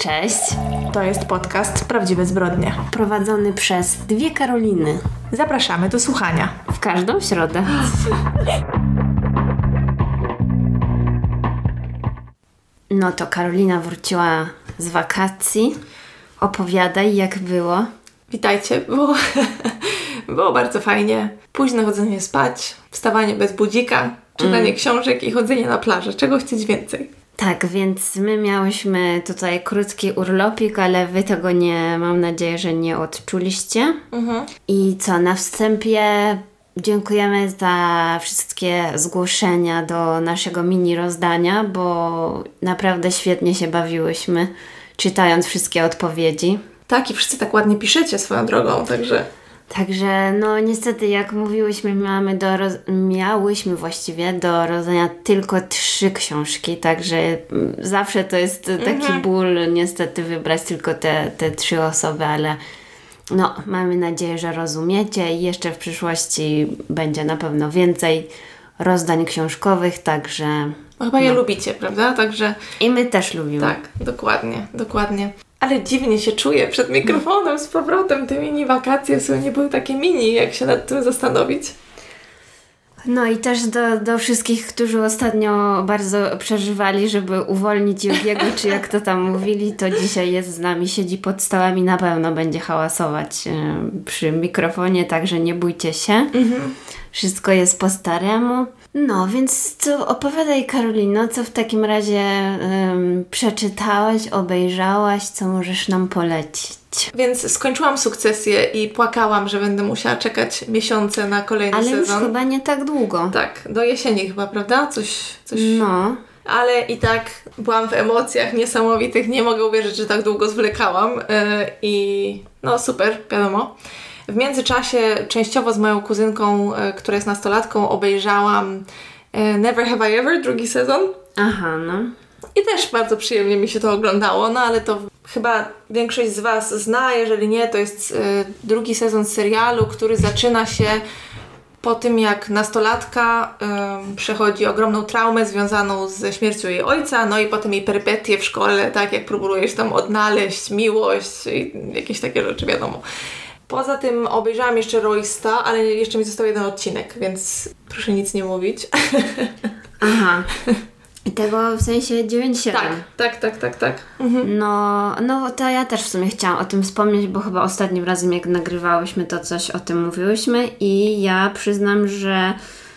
Cześć. To jest podcast Prawdziwe Zbrodnie. Prowadzony przez dwie Karoliny. Zapraszamy do słuchania. W każdą środę. No to Karolina wróciła z wakacji. Opowiadaj, jak było. Witajcie. Było bardzo fajnie. Późne chodzenie spać, wstawanie bez budzika, czytanie książek i chodzenie na plażę. Czego chcieć więcej? Tak, więc my miałyśmy tutaj krótki urlopik, ale wy tego mam nadzieję, że nie odczuliście. I co, na wstępie dziękujemy za wszystkie zgłoszenia do naszego mini rozdania, bo naprawdę świetnie się bawiłyśmy, czytając wszystkie odpowiedzi. Tak, i wszyscy tak ładnie piszecie swoją drogą, także... Także, no niestety, jak mówiłyśmy, miałyśmy właściwie do rozdania tylko 3 książki, także zawsze to jest taki ból niestety wybrać tylko te 3 osoby, ale no, mamy nadzieję, że rozumiecie i jeszcze w przyszłości będzie na pewno więcej rozdań książkowych, także... Chyba je lubicie, prawda? Także... I my też lubimy. Tak, dokładnie. Ale dziwnie się czuję przed mikrofonem z powrotem. Te mini wakacje w sumie nie były takie mini, jak się nad tym zastanowić. No i też do wszystkich, którzy ostatnio bardzo przeżywali, żeby uwolnić Jogiego, czy jak to tam mówili, to dzisiaj jest z nami, siedzi pod stołem i na pewno będzie hałasować przy mikrofonie, także nie bójcie się. Wszystko jest po staremu. No, więc co, opowiadaj Karolino, co w takim razie przeczytałaś, obejrzałaś, co możesz nam polecić? Więc skończyłam Sukcesję i płakałam, że będę musiała czekać miesiące na kolejny sezon. Ale już chyba nie tak długo. Tak, do jesieni chyba, prawda? Coś... No. Ale i tak byłam w emocjach niesamowitych, nie mogę uwierzyć, że tak długo zwlekałam i no super, wiadomo. W międzyczasie częściowo z moją kuzynką, która jest nastolatką, obejrzałam Never Have I Ever, 2. sezon. Aha, no. I też bardzo przyjemnie mi się to oglądało, no ale to chyba większość z Was zna, jeżeli nie, to jest 2. sezon serialu, który zaczyna się po tym, jak nastolatka przechodzi ogromną traumę związaną ze śmiercią jej ojca, no i potem jej perypetie w szkole, tak jak próbujesz tam odnaleźć miłość i jakieś takie rzeczy, wiadomo. Poza tym obejrzałam jeszcze Roysta, ale jeszcze mi został 1 odcinek, więc proszę nic nie mówić. Aha. I tego w sensie 9-7. Tak. No to ja też w sumie chciałam o tym wspomnieć, bo chyba ostatnim razem jak nagrywałyśmy to coś o tym mówiłyśmy i ja przyznam, że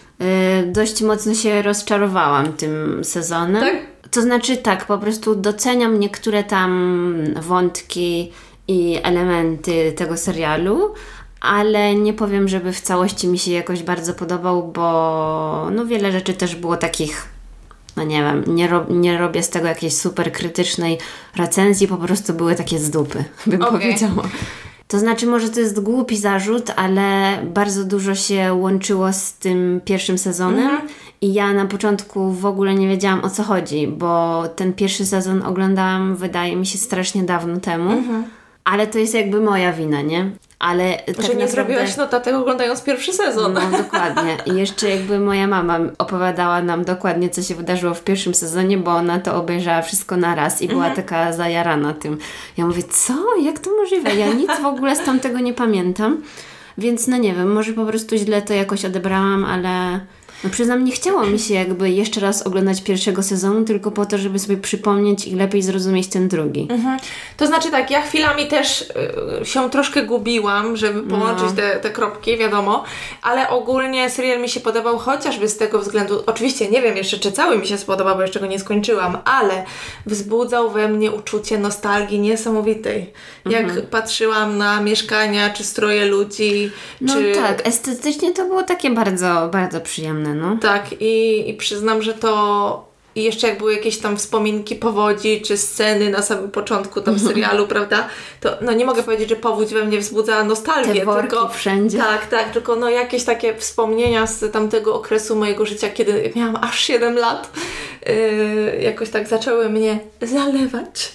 dość mocno się rozczarowałam tym sezonem. Tak? To znaczy tak, po prostu doceniam niektóre tam wątki i elementy tego serialu, ale nie powiem, żeby w całości mi się jakoś bardzo podobał, bo no wiele rzeczy też było takich, no nie wiem, nie robię z tego jakiejś super krytycznej recenzji, po prostu były takie z dupy, bym powiedziała. To znaczy, może to jest głupi zarzut, ale bardzo dużo się łączyło z tym 1. sezonem i ja na początku w ogóle nie wiedziałam, o co chodzi, bo ten 1. sezon oglądałam, wydaje mi się, strasznie dawno temu. Ale to jest jakby moja wina, nie? Ale tak że nie naprawdę... zrobiłaś notatek oglądając 1. sezon. No dokładnie. I jeszcze jakby moja mama opowiadała nam dokładnie, co się wydarzyło w 1. sezonie, bo ona to obejrzała wszystko na raz i była taka zajarana tym. Ja mówię, co? Jak to możliwe? Ja nic w ogóle z tamtego nie pamiętam. Więc no nie wiem, może po prostu źle to jakoś odebrałam, ale... No przyznam, nie chciało mi się jakby jeszcze raz oglądać 1. sezonu, tylko po to, żeby sobie przypomnieć i lepiej zrozumieć ten 2. To znaczy tak, ja chwilami też się troszkę gubiłam, żeby połączyć te kropki, wiadomo, ale ogólnie serial mi się podobał chociażby z tego względu, oczywiście nie wiem jeszcze, czy cały mi się spodobał, bo jeszcze go nie skończyłam, ale wzbudzał we mnie uczucie nostalgii niesamowitej. Jak patrzyłam na mieszkania, czy stroje ludzi, No tak, estetycznie to było takie bardzo, bardzo przyjemne. No. Tak, i przyznam, że to i jeszcze jak były jakieś tam wspominki powodzi, czy sceny na samym początku tam serialu, prawda, to no nie mogę powiedzieć, że powódź we mnie wzbudza nostalgię. Te worki tylko wszędzie. Tak, tylko no jakieś takie wspomnienia z tamtego okresu mojego życia, kiedy miałam aż 7 lat, jakoś tak zaczęły mnie zalewać.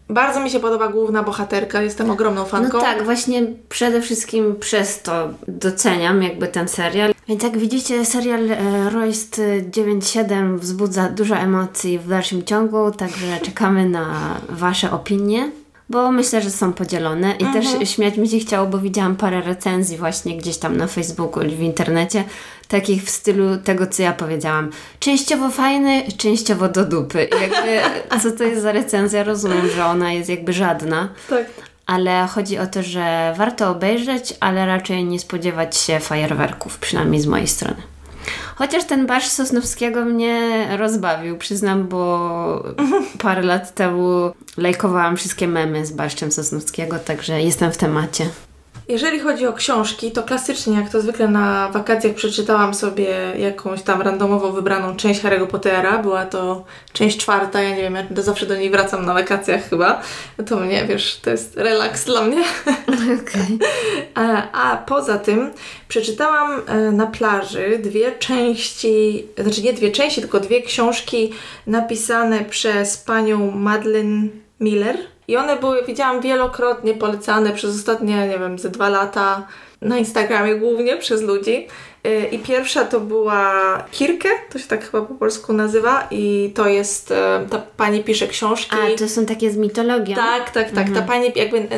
Bardzo mi się podoba główna bohaterka, jestem ogromną fanką. No tak, właśnie przede wszystkim przez to doceniam jakby ten serial. Więc jak widzicie, serial Royst 9-7 wzbudza dużo emocji w dalszym ciągu, także czekamy na Wasze opinie, bo myślę, że są podzielone i też śmiać mi się chciało, bo widziałam parę recenzji właśnie gdzieś tam na Facebooku w internecie, takich w stylu tego, co ja powiedziałam. Częściowo fajny, częściowo do dupy. I jakby, co to jest za recenzja? Rozumiem, że ona jest jakby żadna. Tak. Ale chodzi o to, że warto obejrzeć, ale raczej nie spodziewać się fajerwerków, przynajmniej z mojej strony. Chociaż ten Barszcz Sosnowskiego mnie rozbawił, przyznam, bo parę lat temu lajkowałam wszystkie memy z Barszczem Sosnowskiego, także jestem w temacie. Jeżeli chodzi o książki, to klasycznie, jak to zwykle na wakacjach, przeczytałam sobie jakąś tam randomowo wybraną część Harry'ego Pottera. Była to część 4, ja nie wiem, ja zawsze do niej wracam na wakacjach chyba. To mnie, wiesz, to jest relaks dla mnie. Okay. A poza tym przeczytałam na plaży 2 części, znaczy nie 2 części, tylko 2 książki napisane przez panią Madeline Miller. I one były, widziałam, wielokrotnie polecane przez ostatnie, nie wiem, ze 2 lata na Instagramie głównie przez ludzi. I pierwsza to była Kirke, to się tak chyba po polsku nazywa i to jest, ta pani pisze książki. A, to są takie z mitologią? Tak. Ta pani jakby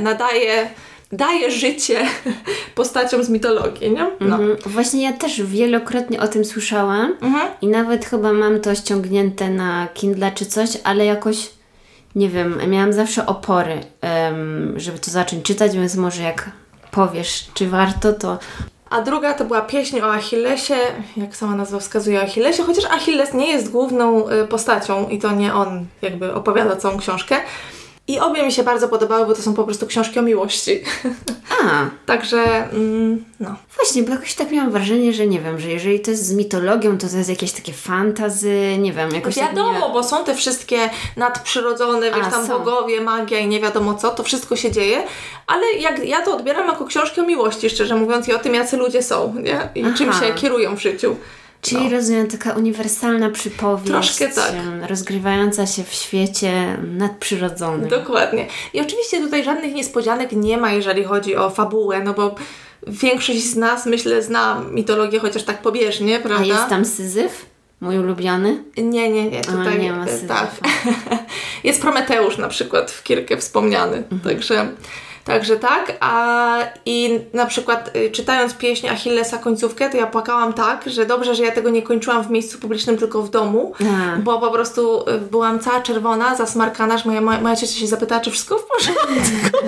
daje życie postaciom z mitologii, nie? No. Właśnie ja też wielokrotnie o tym słyszałam i nawet chyba mam to ściągnięte na Kindle czy coś, ale jakoś nie wiem, miałam zawsze opory, żeby to zacząć czytać, więc może jak powiesz, czy warto, to... A druga to była pieśń o Achillesie, jak sama nazwa wskazuje, o Achillesie, chociaż Achilles nie jest główną postacią i to nie on jakby opowiada całą książkę. I obie mi się bardzo podobały, bo to są po prostu książki o miłości. Także, no. Właśnie, bo jakoś tak miałam wrażenie, że nie wiem, że jeżeli to jest z mitologią, to jest jakieś takie fantasy, nie wiem, jakoś wiadomo, tak bo są te wszystkie nadprzyrodzone, wiesz, tam są bogowie, magia i nie wiadomo co, to wszystko się dzieje, ale jak ja to odbieram jako książkę o miłości, szczerze mówiąc, i o tym, jacy ludzie są, nie? I czym się kierują w życiu. Czyli rozumiem, taka uniwersalna przypowieść, troszkę tak, rozgrywająca się w świecie nadprzyrodzonym. Dokładnie. I oczywiście tutaj żadnych niespodzianek nie ma, jeżeli chodzi o fabułę, no bo większość z nas, myślę, zna mitologię chociaż tak pobieżnie, prawda? A jest tam Syzyf? Mój ulubiony? Nie, tutaj nie ma Syzyfa. Tak. Jest Prometeusz na przykład w Kirkę wspomniany, Także tak, i na przykład czytając pieśń Achillesa końcówkę, to ja płakałam tak, że dobrze, że ja tego nie kończyłam w miejscu publicznym, tylko w domu, bo po prostu byłam cała czerwona, zasmarkana, że moja ciocia się zapytała, czy wszystko w porządku.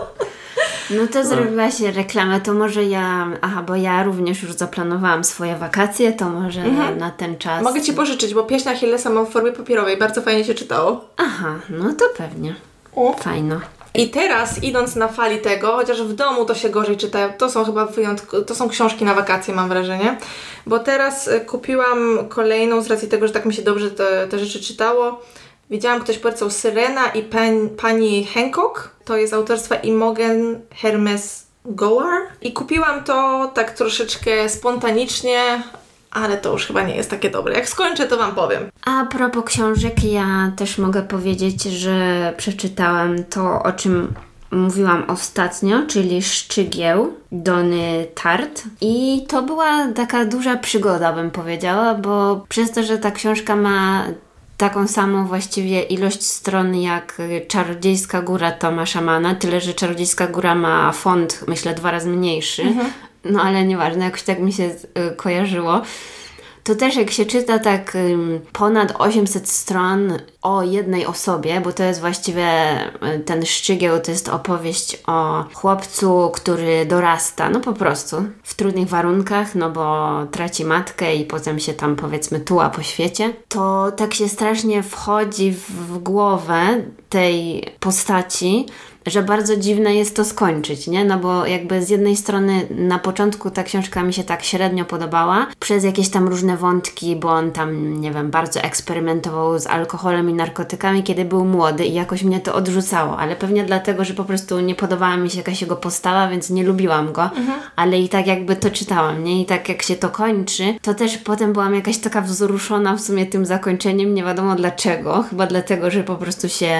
No to zrobiłaś reklamę, to może bo ja również już zaplanowałam swoje wakacje, to może na ten czas. Mogę Ci pożyczyć, bo pieśń Achillesa mam w formie papierowej, bardzo fajnie się czytało. Aha, no to pewnie. Fajno. I teraz, idąc na fali tego, chociaż w domu to się gorzej czyta, to są chyba to są książki na wakacje, mam wrażenie, bo teraz kupiłam kolejną z racji tego, że tak mi się dobrze te rzeczy czytało. Widziałam, ktoś polecał Syrena i pani Hancock, to jest autorstwa Imogen Hermes Goar i kupiłam to tak troszeczkę spontanicznie, ale to już chyba nie jest takie dobre. Jak skończę, to Wam powiem. A propos książek, ja też mogę powiedzieć, że przeczytałam to, o czym mówiłam ostatnio, czyli Szczygieł Dony Tartt. I to była taka duża przygoda, bym powiedziała, bo przez to, że ta książka ma taką samą właściwie ilość stron jak Czarodziejska Góra Tomasza Manna, tyle, że Czarodziejska Góra ma font, myślę, 2 razy mniejszy. No ale nieważne, jakoś tak mi się kojarzyło. To też jak się czyta tak ponad 800 stron o jednej osobie, bo to jest właściwie ten Szczygieł, to jest opowieść o chłopcu, który dorasta, no po prostu w trudnych warunkach, no bo traci matkę i potem się tam powiedzmy tuła po świecie. To tak się strasznie wchodzi w głowę tej postaci, że bardzo dziwne jest to skończyć, nie? No bo jakby z jednej strony na początku ta książka mi się tak średnio podobała, przez jakieś tam różne wątki, bo on tam, nie wiem, bardzo eksperymentował z alkoholem i narkotykami, kiedy był młody i jakoś mnie to odrzucało, ale pewnie dlatego, że po prostu nie podobała mi się jakaś jego postawa, więc nie lubiłam go, ale i tak jakby to czytałam, nie? I tak jak się to kończy, to też potem byłam jakaś taka wzruszona w sumie tym zakończeniem, nie wiadomo dlaczego, chyba dlatego, że po prostu się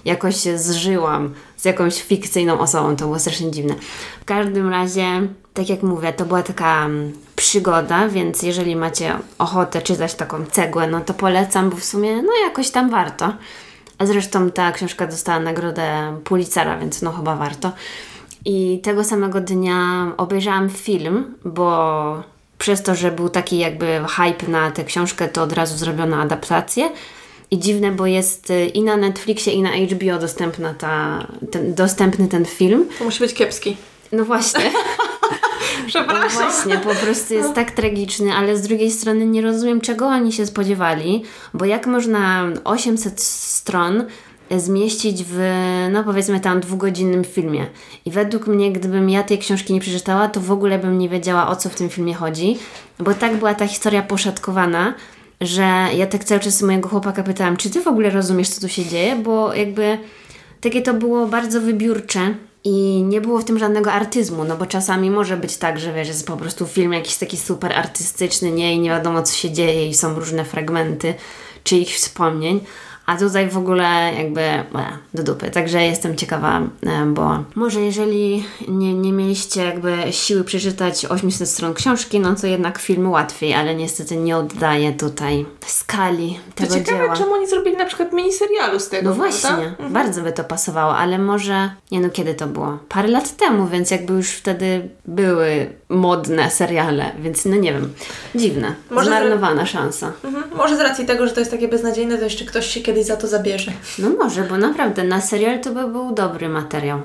jakoś się zżyłam z jakąś fikcyjną osobą. To było strasznie dziwne. W każdym razie, tak jak mówię, to była taka przygoda, więc jeżeli macie ochotę czytać taką cegłę, no to polecam, bo w sumie no jakoś tam warto. A zresztą ta książka dostała nagrodę Pulitzera, więc no chyba warto. I tego samego dnia obejrzałam film, bo przez to, że był taki jakby hype na tę książkę, to od razu zrobiono adaptację. I dziwne, bo jest i na Netflixie, i na HBO dostępny ten film. To musi być kiepski. No właśnie. Przepraszam. No właśnie, po prostu jest tak tragiczny, ale z drugiej strony nie rozumiem, czego oni się spodziewali, bo jak można 800 stron zmieścić w, no powiedzmy tam 2-godzinnym filmie. I według mnie, gdybym ja tej książki nie przeczytała, to w ogóle bym nie wiedziała, o co w tym filmie chodzi, bo tak była ta historia poszatkowana, że ja tak cały czas mojego chłopaka pytałam, czy ty w ogóle rozumiesz, co tu się dzieje, bo jakby takie to było bardzo wybiórcze i nie było w tym żadnego artyzmu, no bo czasami może być tak, że wiesz, jest po prostu film jakiś taki super artystyczny, nie, i nie wiadomo, co się dzieje i są różne fragmenty czyichś wspomnień. A tutaj w ogóle jakby do dupy. Także jestem ciekawa, bo może jeżeli nie mieliście jakby siły przeczytać 800 stron książki, no to jednak film łatwiej, ale niestety nie oddaje tutaj skali tego dzieła. To ciekawe, czemu oni zrobili na przykład miniserialu z tego. No właśnie, bardzo by to pasowało, ale może, no kiedy to było? Parę lat temu, więc jakby już wtedy były modne seriale, więc no nie wiem, dziwne, zmarnowana szansa. Może z racji tego, że to jest takie beznadziejne, to jeszcze ktoś się kiedyś za to zabierze. No może, bo naprawdę na serial to by był dobry materiał.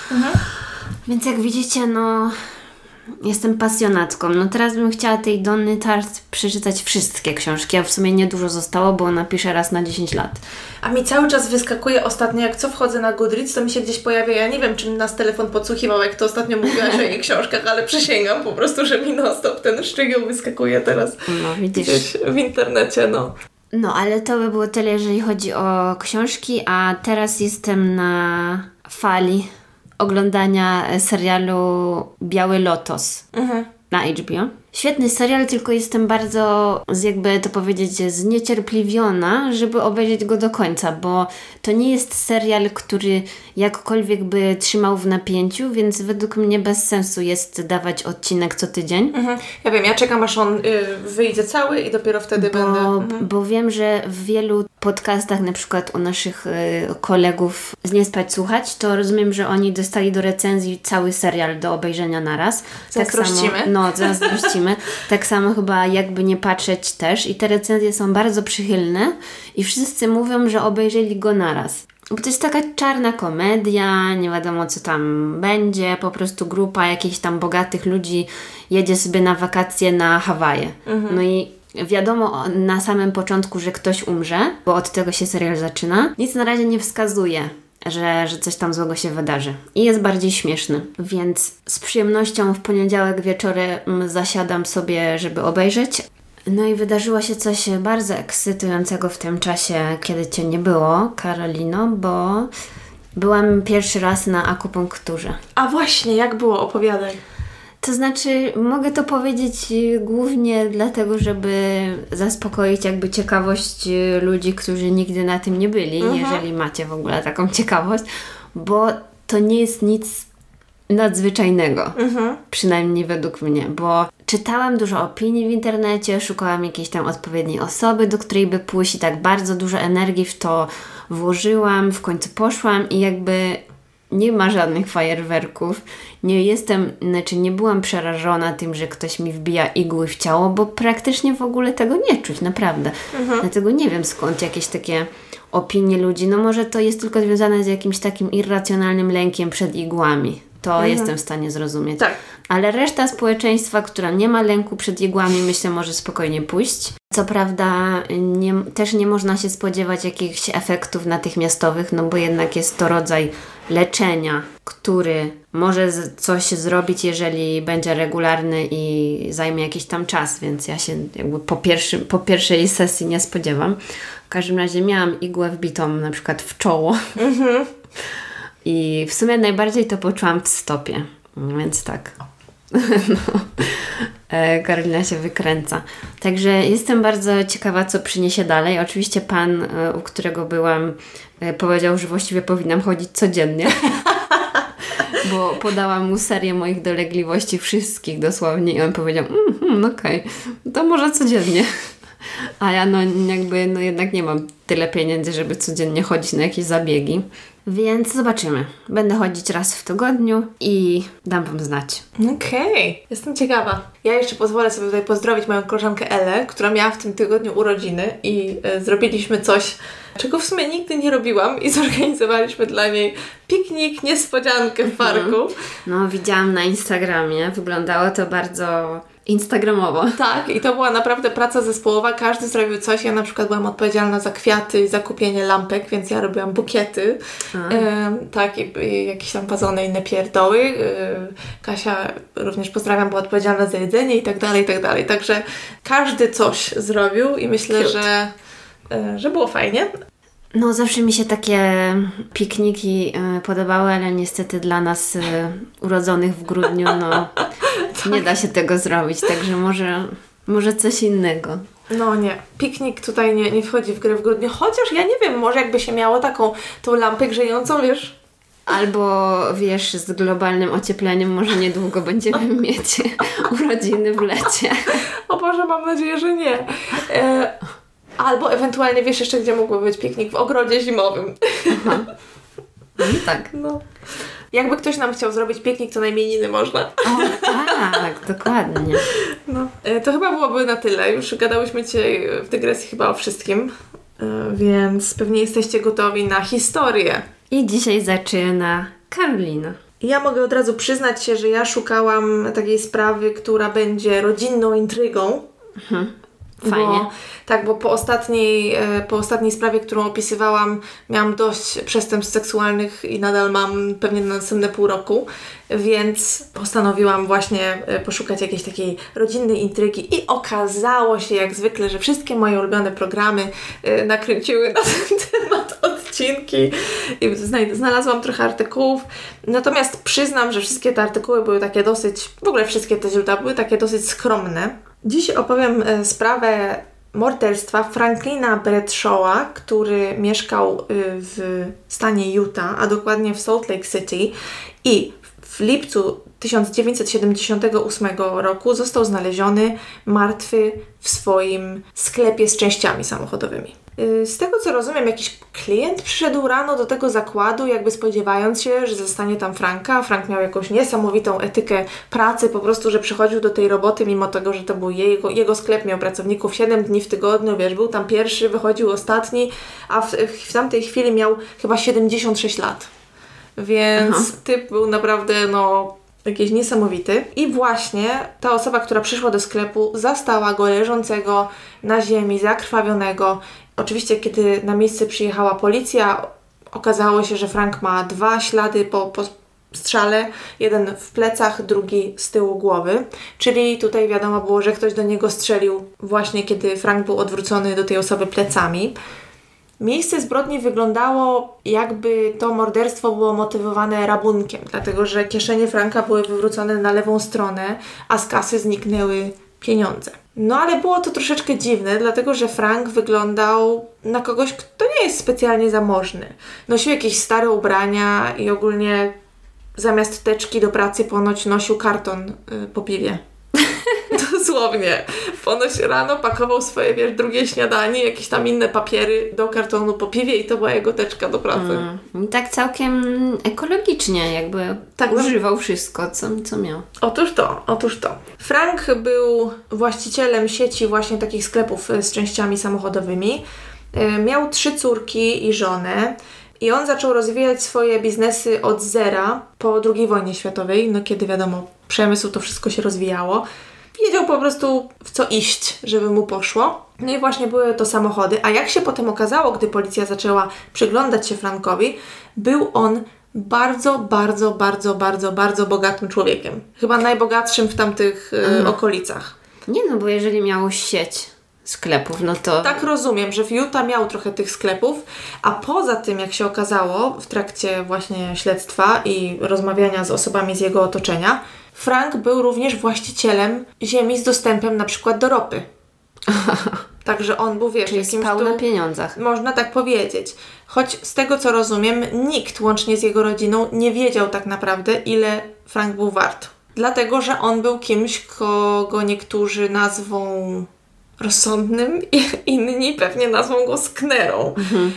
Więc jak widzicie, no jestem pasjonatką. No teraz bym chciała tej Donny Tartt przeczytać wszystkie książki, a w sumie niedużo zostało, bo ona pisze raz na 10 lat. A mi cały czas wyskakuje ostatnio, jak wchodzę na Goodreads, to mi się gdzieś pojawia, ja nie wiem, czy nas telefon podsłuchiwał, jak to ostatnio mówiłaś o jej książkach, ale przysięgam po prostu, że mi non-stop ten szczegół wyskakuje teraz no, widzisz. Gdzieś w internecie, no. No, ale to by było tyle, jeżeli chodzi o książki, a teraz jestem na fali oglądania serialu Biały Lotos na HBO. Świetny serial, tylko jestem bardzo, jakby to powiedzieć, zniecierpliwiona, żeby obejrzeć go do końca, bo to nie jest serial, który jakkolwiek by trzymał w napięciu, więc według mnie bez sensu jest dawać odcinek co tydzień. Ja wiem, ja czekam, aż on wyjdzie cały i dopiero wtedy będę... Bo wiem, że w wielu podcastach, na przykład u naszych kolegów z Nie Spać Słuchać, to rozumiem, że oni dostali do recenzji cały serial do obejrzenia naraz. Zazdrościmy. Tak samo, zazdrościmy. Tak samo chyba Jakby nie patrzeć też i te recenzje są bardzo przychylne i wszyscy mówią, że obejrzeli go naraz. Bo to jest taka czarna komedia, nie wiadomo co tam będzie, po prostu grupa jakichś tam bogatych ludzi jedzie sobie na wakacje na Hawaje. No i wiadomo na samym początku, że ktoś umrze, bo od tego się serial zaczyna. Nic na razie nie wskazuje, że coś tam złego się wydarzy. I jest bardziej śmieszny. Więc z przyjemnością w poniedziałek wieczorem zasiadam sobie, żeby obejrzeć. No i wydarzyło się coś bardzo ekscytującego w tym czasie, kiedy Cię nie było, Karolino, bo byłam pierwszy raz na akupunkturze. A właśnie, jak było? Opowiadaj. To znaczy, mogę to powiedzieć głównie dlatego, żeby zaspokoić jakby ciekawość ludzi, którzy nigdy na tym nie byli, jeżeli macie w ogóle taką ciekawość, bo to nie jest nic nadzwyczajnego, przynajmniej według mnie, bo czytałam dużo opinii w internecie, szukałam jakiejś tam odpowiedniej osoby, do której by pójść i tak bardzo dużo energii w to włożyłam, w końcu poszłam i jakby nie ma żadnych fajerwerków. Nie byłam przerażona tym, że ktoś mi wbija igły w ciało, bo praktycznie w ogóle tego nie czuć, naprawdę. Dlatego nie wiem skąd jakieś takie opinie ludzi. No może to jest tylko związane z jakimś takim irracjonalnym lękiem przed igłami. To jestem w stanie zrozumieć. Tak. Ale reszta społeczeństwa, która nie ma lęku przed igłami, myślę, może spokojnie pójść. Co prawda też nie można się spodziewać jakichś efektów natychmiastowych, no bo jednak jest to rodzaj leczenia, który może coś zrobić, jeżeli będzie regularny i zajmie jakiś tam czas, więc ja się jakby po pierwszej sesji nie spodziewam. W każdym razie miałam igłę wbitą na przykład w czoło. I w sumie najbardziej to poczułam w stopie, więc tak. No. Karolina się wykręca. Także jestem bardzo ciekawa, co przyniesie dalej. Oczywiście pan, u którego byłam, powiedział, że właściwie powinnam chodzić codziennie. Bo podałam mu serię moich dolegliwości, wszystkich dosłownie, i on powiedział, okej, to może codziennie. A ja jednak nie mam tyle pieniędzy, żeby codziennie chodzić na jakieś zabiegi. Więc zobaczymy. Będę chodzić raz w tygodniu i dam Wam znać. Okej, jestem ciekawa. Ja jeszcze pozwolę sobie tutaj pozdrowić moją koleżankę Elę, która miała w tym tygodniu urodziny i zrobiliśmy coś, czego w sumie nigdy nie robiłam i zorganizowaliśmy dla niej piknik, niespodziankę w parku. No, widziałam na Instagramie. Wyglądało to bardzo instagramowo. Tak, i to była naprawdę praca zespołowa. Każdy zrobił coś. Ja na przykład byłam odpowiedzialna za kwiaty i za kupienie lampek, więc ja robiłam bukiety. Tak, i jakieś tam wazony, inne pierdoły. Kasia, również pozdrawiam, była odpowiedzialna za jedzenie i tak dalej, i tak dalej. Także każdy coś zrobił i myślę, że było fajnie. No, zawsze mi się takie pikniki podobały, ale niestety dla nas urodzonych w grudniu, nie da się tego zrobić, także może coś innego. No nie, piknik tutaj nie wchodzi w grę w grudniu, chociaż ja nie wiem, może jakby się miało tą lampę grzejącą, wiesz? Albo wiesz, z globalnym ociepleniem może niedługo będziemy mieć urodziny w lecie. O Boże, mam nadzieję, że nie. Albo ewentualnie, wiesz jeszcze, gdzie mógłby być piknik? W ogrodzie zimowym. Aha. No tak. No. Jakby ktoś nam chciał zrobić piknik, to na imieniny można. O tak, dokładnie. No. To chyba byłoby na tyle. Już gadałyśmy dzisiaj w dygresji chyba o wszystkim, więc pewnie jesteście gotowi na historię. I dzisiaj zaczyna Karolina. Ja mogę od razu przyznać się, że ja szukałam takiej sprawy, która będzie rodzinną intrygą. Fajnie. Bo po ostatniej sprawie, którą opisywałam, miałam dość przestępstw seksualnych i nadal mam pewnie na następne pół roku, więc postanowiłam właśnie poszukać jakiejś takiej rodzinnej intrygi i okazało się jak zwykle, że wszystkie moje ulubione programy nakręciły na ten temat odcinki i znalazłam trochę artykułów, natomiast przyznam, że wszystkie te artykuły były takie w ogóle wszystkie te źródła były takie dosyć skromne. Dziś opowiem sprawę morderstwa Franklina Bradshawa, który mieszkał w stanie Utah, a dokładnie w Salt Lake City, i w lipcu 1978 roku został znaleziony martwy w swoim sklepie z częściami samochodowymi. Z tego co rozumiem, jakiś klient przyszedł rano do tego zakładu, jakby spodziewając się, że zostanie tam Franka. Frank miał jakąś niesamowitą etykę pracy, po prostu, że przychodził do tej roboty, mimo tego, że to był jego sklep, miał pracowników 7 dni w tygodniu, wiesz, był tam pierwszy, wychodził ostatni, a w tamtej chwili miał chyba 76 lat. Więc typ był naprawdę, jakiś niesamowity. I właśnie ta osoba, która przyszła do sklepu, zastała go leżącego na ziemi, zakrwawionego. Oczywiście, kiedy na miejsce przyjechała policja, okazało się, że Frank ma 2 ślady po strzale. Jeden w plecach, drugi z tyłu głowy. Czyli tutaj wiadomo było, że ktoś do niego strzelił właśnie kiedy Frank był odwrócony do tej osoby plecami. Miejsce zbrodni wyglądało, jakby to morderstwo było motywowane rabunkiem, dlatego że kieszenie Franka były wywrócone na lewą stronę, a z kasy zniknęły pieniądze. No ale było to troszeczkę dziwne, dlatego że Frank wyglądał na kogoś, kto nie jest specjalnie zamożny. Nosił jakieś stare ubrania i ogólnie zamiast teczki do pracy ponoć nosił karton po piwie. Dosłownie. Ponoć rano pakował swoje, drugie śniadanie, jakieś tam inne papiery do kartonu po piwie i to była jego teczka do pracy. I tak całkiem ekologicznie jakby używał wszystko, co miał. Otóż to. Frank był właścicielem sieci właśnie takich sklepów z częściami samochodowymi. Miał 3 córki i żonę. I on zaczął rozwijać swoje biznesy od zera po II wojnie światowej, kiedy wiadomo, przemysł, to wszystko się rozwijało. Wiedział po prostu, w co iść, żeby mu poszło. No i właśnie były to samochody. A jak się potem okazało, gdy policja zaczęła przyglądać się Frankowi, był on bardzo, bardzo, bardzo, bardzo, bardzo bogatym człowiekiem. Chyba najbogatszym w tamtych okolicach. Nie, bo jeżeli miał sieć sklepów, to... Tak rozumiem, że w Utah miał trochę tych sklepów, a poza tym, jak się okazało w trakcie właśnie śledztwa i rozmawiania z osobami z jego otoczenia, Frank był również właścicielem ziemi z dostępem na przykład do ropy. Także on był, wiesz, czyli spał na pieniądzach. Można tak powiedzieć. Choć z tego, co rozumiem, nikt, łącznie z jego rodziną, nie wiedział tak naprawdę, ile Frank był wart. Dlatego, że on był kimś, kogo niektórzy nazwą rozsądnym, inni pewnie nazwą go sknerą.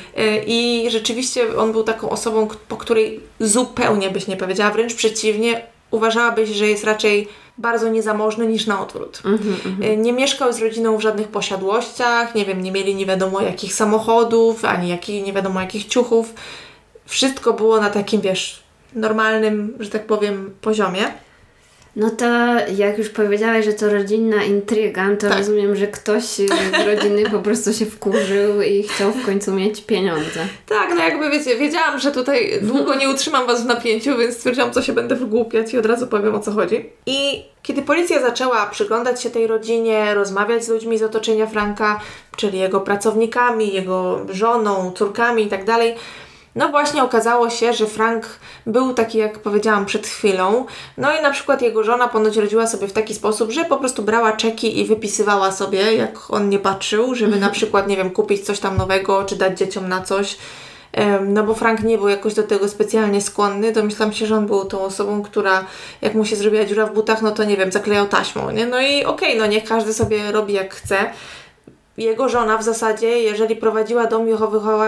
I rzeczywiście on był taką osobą, po której zupełnie byś nie powiedziała, wręcz przeciwnie, uważałabyś, że jest raczej bardzo niezamożny niż na odwrót. Nie mieszkał z rodziną w żadnych posiadłościach, nie wiem, nie mieli nie wiadomo jakich samochodów, ani nie wiadomo jakich ciuchów. Wszystko było na takim, wiesz, normalnym, że tak powiem, poziomie. No to jak już powiedziałaś, że to rodzinna intryga, to tak. Rozumiem, że ktoś z rodziny po prostu się wkurzył i chciał w końcu mieć pieniądze. Tak, no jakby wiecie, wiedziałam, że tutaj długo nie utrzymam Was w napięciu, więc stwierdziłam, co się będę wygłupiać i od razu powiem, o co chodzi. I kiedy policja zaczęła przyglądać się tej rodzinie, rozmawiać z ludźmi z otoczenia Franka, czyli jego pracownikami, jego żoną, córkami i tak dalej, no właśnie okazało się, że Frank był taki, jak powiedziałam przed chwilą. No i na przykład jego żona ponoć radziła sobie w taki sposób, że po prostu brała czeki i wypisywała sobie, jak on nie patrzył, żeby na przykład, nie wiem, kupić coś tam nowego, czy dać dzieciom na coś. No bo Frank nie był jakoś do tego specjalnie skłonny. Domyślam się, że on był tą osobą, która jak mu się zrobiła dziura w butach, no to nie wiem, zaklejał taśmą, nie? No i okej, no niech każdy sobie robi jak chce. Jego żona w zasadzie, jeżeli prowadziła dom i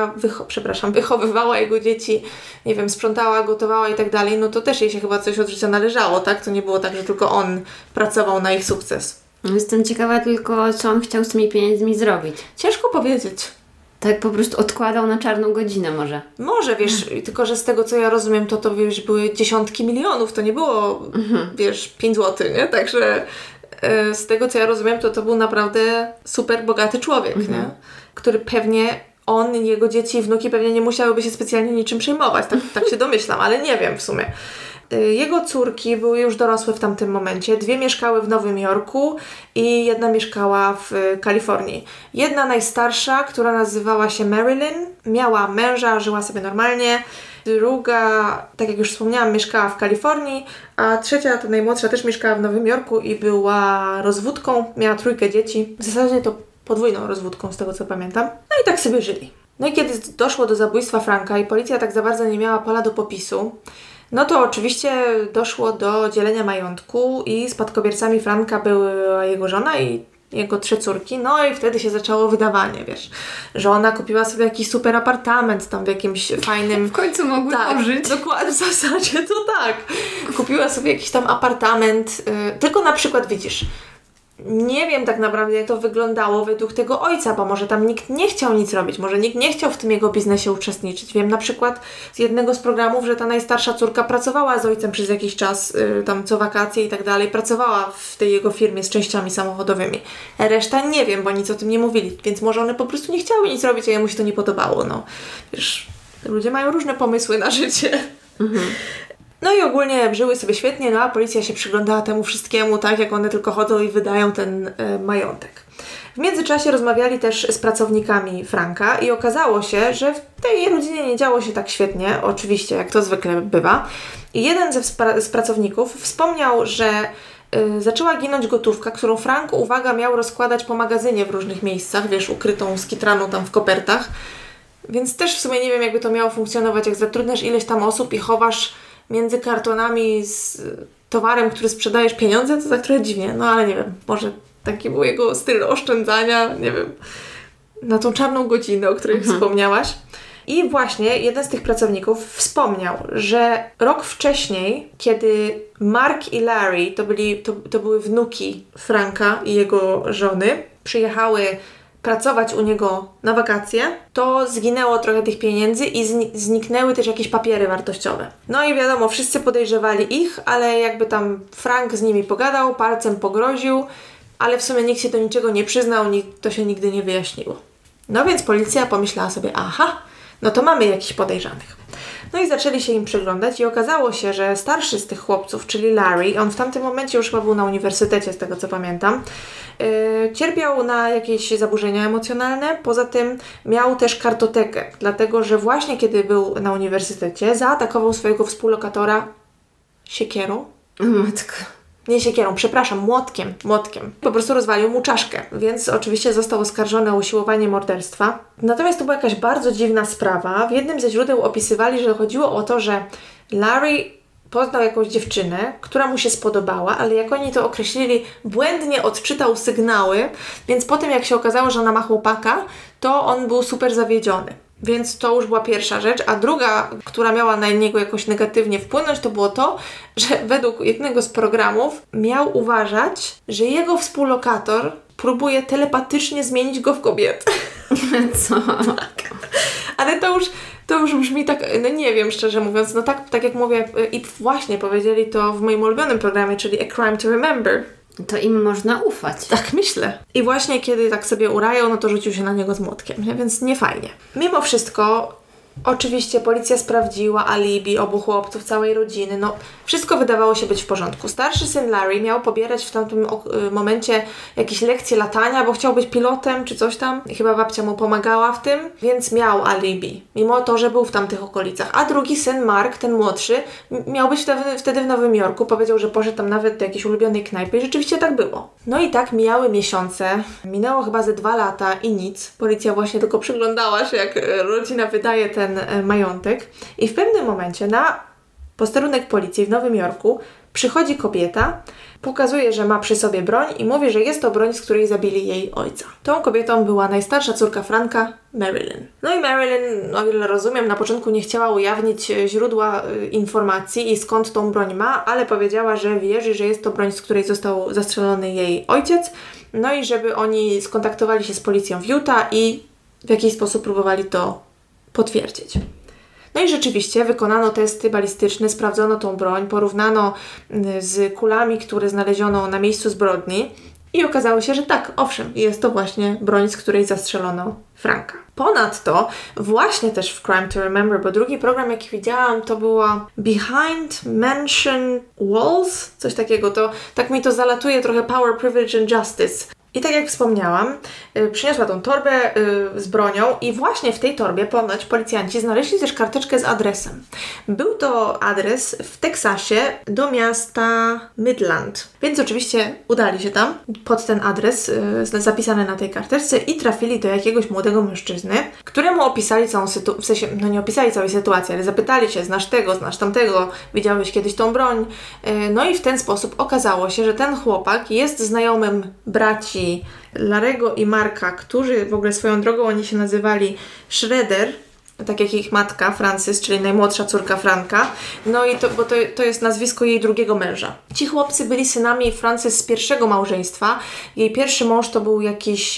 wychowywała jego dzieci, nie wiem, sprzątała, gotowała i tak dalej, no to też jej się chyba coś od życia należało, tak? To nie było tak, że tylko on pracował na ich sukces. Jestem ciekawa tylko, co on chciał z tymi pieniędzmi zrobić. Ciężko powiedzieć. Tak po prostu odkładał na czarną godzinę może. Może, wiesz, tylko że z tego, co ja rozumiem, to wiesz, były dziesiątki milionów, to nie było, wiesz, 5 zł, nie? Także z tego, co ja rozumiem, to był naprawdę super bogaty człowiek, nie? Który pewnie on, jego dzieci i wnuki pewnie nie musiałyby się specjalnie niczym przejmować. Tak się domyślam, ale nie wiem w sumie. Jego córki były już dorosłe w tamtym momencie. 2 mieszkały w Nowym Jorku i 1 mieszkała w Kalifornii. Jedna najstarsza, która nazywała się Marilyn, miała męża, żyła sobie normalnie. Druga, tak jak już wspomniałam, mieszkała w Kalifornii, a trzecia, ta najmłodsza, też mieszkała w Nowym Jorku i była rozwódką, miała 3 dzieci. W zasadzie to podwójną rozwódką, z tego co pamiętam. No i tak sobie żyli. No i kiedy doszło do zabójstwa Franka i policja tak za bardzo nie miała pola do popisu, no to oczywiście doszło do dzielenia majątku i spadkobiercami Franka była jego żona i jego 3 córki, no i wtedy się zaczęło wydawanie, wiesz, że ona kupiła sobie jakiś super apartament tam w jakimś fajnym... W końcu mogły pożyć. Dokładnie, w zasadzie to tak. Kupiła sobie jakiś tam apartament, tylko na przykład widzisz, nie wiem tak naprawdę, jak to wyglądało według tego ojca, bo może tam nikt nie chciał nic robić, może nikt nie chciał w tym jego biznesie uczestniczyć. Wiem na przykład z jednego z programów, że ta najstarsza córka pracowała z ojcem przez jakiś czas, tam co wakacje i tak dalej, pracowała w tej jego firmie z częściami samochodowymi. Reszta nie wiem, bo nic o tym nie mówili, więc może one po prostu nie chciały nic robić, a jemu się to nie podobało, no. Wiesz, ludzie mają różne pomysły na życie. No i ogólnie żyły sobie świetnie, no a policja się przyglądała temu wszystkiemu, tak jak one tylko chodzą i wydają ten majątek. W międzyczasie rozmawiali też z pracownikami Franka i okazało się, że w tej rodzinie nie działo się tak świetnie, oczywiście, jak to zwykle bywa. I jeden z pracowników wspomniał, że zaczęła ginąć gotówka, którą Frank, uwaga, miał rozkładać po magazynie w różnych miejscach, wiesz, ukrytą, skitraną tam w kopertach. Więc też w sumie nie wiem, jakby to miało funkcjonować, jak zatrudniasz ileś tam osób i chowasz między kartonami z towarem, który sprzedajesz, pieniądze, to tak trochę dziwnie. No ale nie wiem, może taki był jego styl oszczędzania, nie wiem, na tą czarną godzinę, o której wspomniałaś. I właśnie jeden z tych pracowników wspomniał, że rok wcześniej, kiedy Mark i Larry, to były wnuki Franka i jego żony, przyjechały pracować u niego na wakacje, to zginęło trochę tych pieniędzy i zniknęły też jakieś papiery wartościowe. No i wiadomo, wszyscy podejrzewali ich, ale jakby tam Frank z nimi pogadał, palcem pogroził, ale w sumie nikt się do niczego nie przyznał, to się nigdy nie wyjaśniło. No więc policja pomyślała sobie, aha, no to mamy jakichś podejrzanych. No i zaczęli się im przyglądać i okazało się, że starszy z tych chłopców, czyli Larry, on w tamtym momencie już chyba był na uniwersytecie, z tego co pamiętam, cierpiał na jakieś zaburzenia emocjonalne, poza tym miał też kartotekę, dlatego że właśnie kiedy był na uniwersytecie, zaatakował swojego współlokatora siekierą. Matko. Nie siekierą, przepraszam, młotkiem. Po prostu rozwalił mu czaszkę, więc oczywiście został oskarżony o usiłowanie morderstwa. Natomiast to była jakaś bardzo dziwna sprawa. W jednym ze źródeł opisywali, że chodziło o to, że Larry poznał jakąś dziewczynę, która mu się spodobała, ale jak oni to określili, błędnie odczytał sygnały, więc potem jak się okazało, że ona ma chłopaka, to on był super zawiedziony. Więc to już była pierwsza rzecz, a druga, która miała na niego jakoś negatywnie wpłynąć, to było to, że według jednego z programów miał uważać, że jego współlokator próbuje telepatycznie zmienić go w kobietę. Co? Ale to już brzmi tak, no nie wiem, szczerze mówiąc, no tak jak mówię i właśnie powiedzieli to w moim ulubionym programie, czyli A Crime to Remember. To im można ufać. Tak myślę. I właśnie kiedy tak sobie urają, no to rzucił się na niego z młotkiem, nie? Więc nie fajnie. Mimo wszystko, oczywiście policja sprawdziła alibi obu chłopców, całej rodziny, no wszystko wydawało się być w porządku. Starszy syn Larry miał pobierać w tamtym momencie jakieś lekcje latania, bo chciał być pilotem czy coś tam. Chyba babcia mu pomagała w tym, więc miał alibi, mimo to, że był w tamtych okolicach. A drugi syn, Mark, ten młodszy, miał być wtedy w Nowym Jorku. Powiedział, że poszedł tam nawet do jakiejś ulubionej knajpy i rzeczywiście tak było. No i tak mijały miesiące, minęło chyba ze 2 lata i nic. Policja właśnie tylko przyglądała się, jak rodzina wydaje ten majątek. I w pewnym momencie na posterunek policji w Nowym Jorku przychodzi kobieta, pokazuje, że ma przy sobie broń i mówi, że jest to broń, z której zabili jej ojca. Tą kobietą była najstarsza córka Franka, Marilyn. No i Marilyn, o ile rozumiem, na początku nie chciała ujawnić źródła informacji i skąd tą broń ma, ale powiedziała, że wierzy, że jest to broń, z której został zastrzelony jej ojciec. No i żeby oni skontaktowali się z policją w Utah i w jakiś sposób próbowali to potwierdzić. No i rzeczywiście wykonano testy balistyczne, sprawdzono tą broń, porównano z kulami, które znaleziono na miejscu zbrodni i okazało się, że tak, owszem, jest to właśnie broń, z której zastrzelono Franka. Ponadto, właśnie też w Crime to Remember, bo drugi program, jaki widziałam, to była Behind Mansion Walls, coś takiego, to tak mi to zalatuje trochę Power, Privilege and Justice. I tak jak wspomniałam, przyniosła tą torbę z bronią i właśnie w tej torbie ponoć policjanci znaleźli też karteczkę z adresem. Był to adres w Teksasie do miasta Midland. Więc oczywiście udali się tam pod ten adres zapisany na tej karteczce i trafili do jakiegoś młodego mężczyzny, któremu opisali całą sytuację, w sensie, no nie opisali całej sytuacji, ale zapytali się, znasz tego, znasz tamtego, widziałeś kiedyś tą broń. No i w ten sposób okazało się, że ten chłopak jest znajomym braci Larego i Marka, którzy w ogóle swoją drogą oni się nazywali Schroeder, tak jak ich matka Frances, czyli najmłodsza córka Franka. No i to jest nazwisko jej drugiego męża. Ci chłopcy byli synami Frances z pierwszego małżeństwa. Jej pierwszy mąż to był jakiś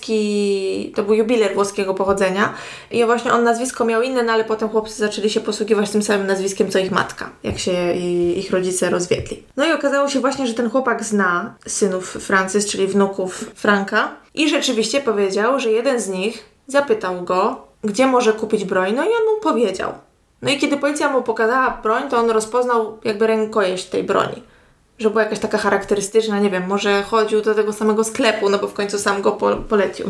włoski, to był jubiler włoskiego pochodzenia. I właśnie on nazwisko miał inne, no ale potem chłopcy zaczęli się posługiwać tym samym nazwiskiem, co ich matka, jak się ich rodzice rozwiedli. No i okazało się właśnie, że ten chłopak zna synów Frances, czyli wnuków Franka. I rzeczywiście powiedział, że jeden z nich zapytał go, gdzie może kupić broń, no i on mu powiedział. No i kiedy policja mu pokazała broń, to on rozpoznał jakby rękojeść tej broni. Że była jakaś taka charakterystyczna, nie wiem, może chodził do tego samego sklepu, no bo w końcu sam go polecił.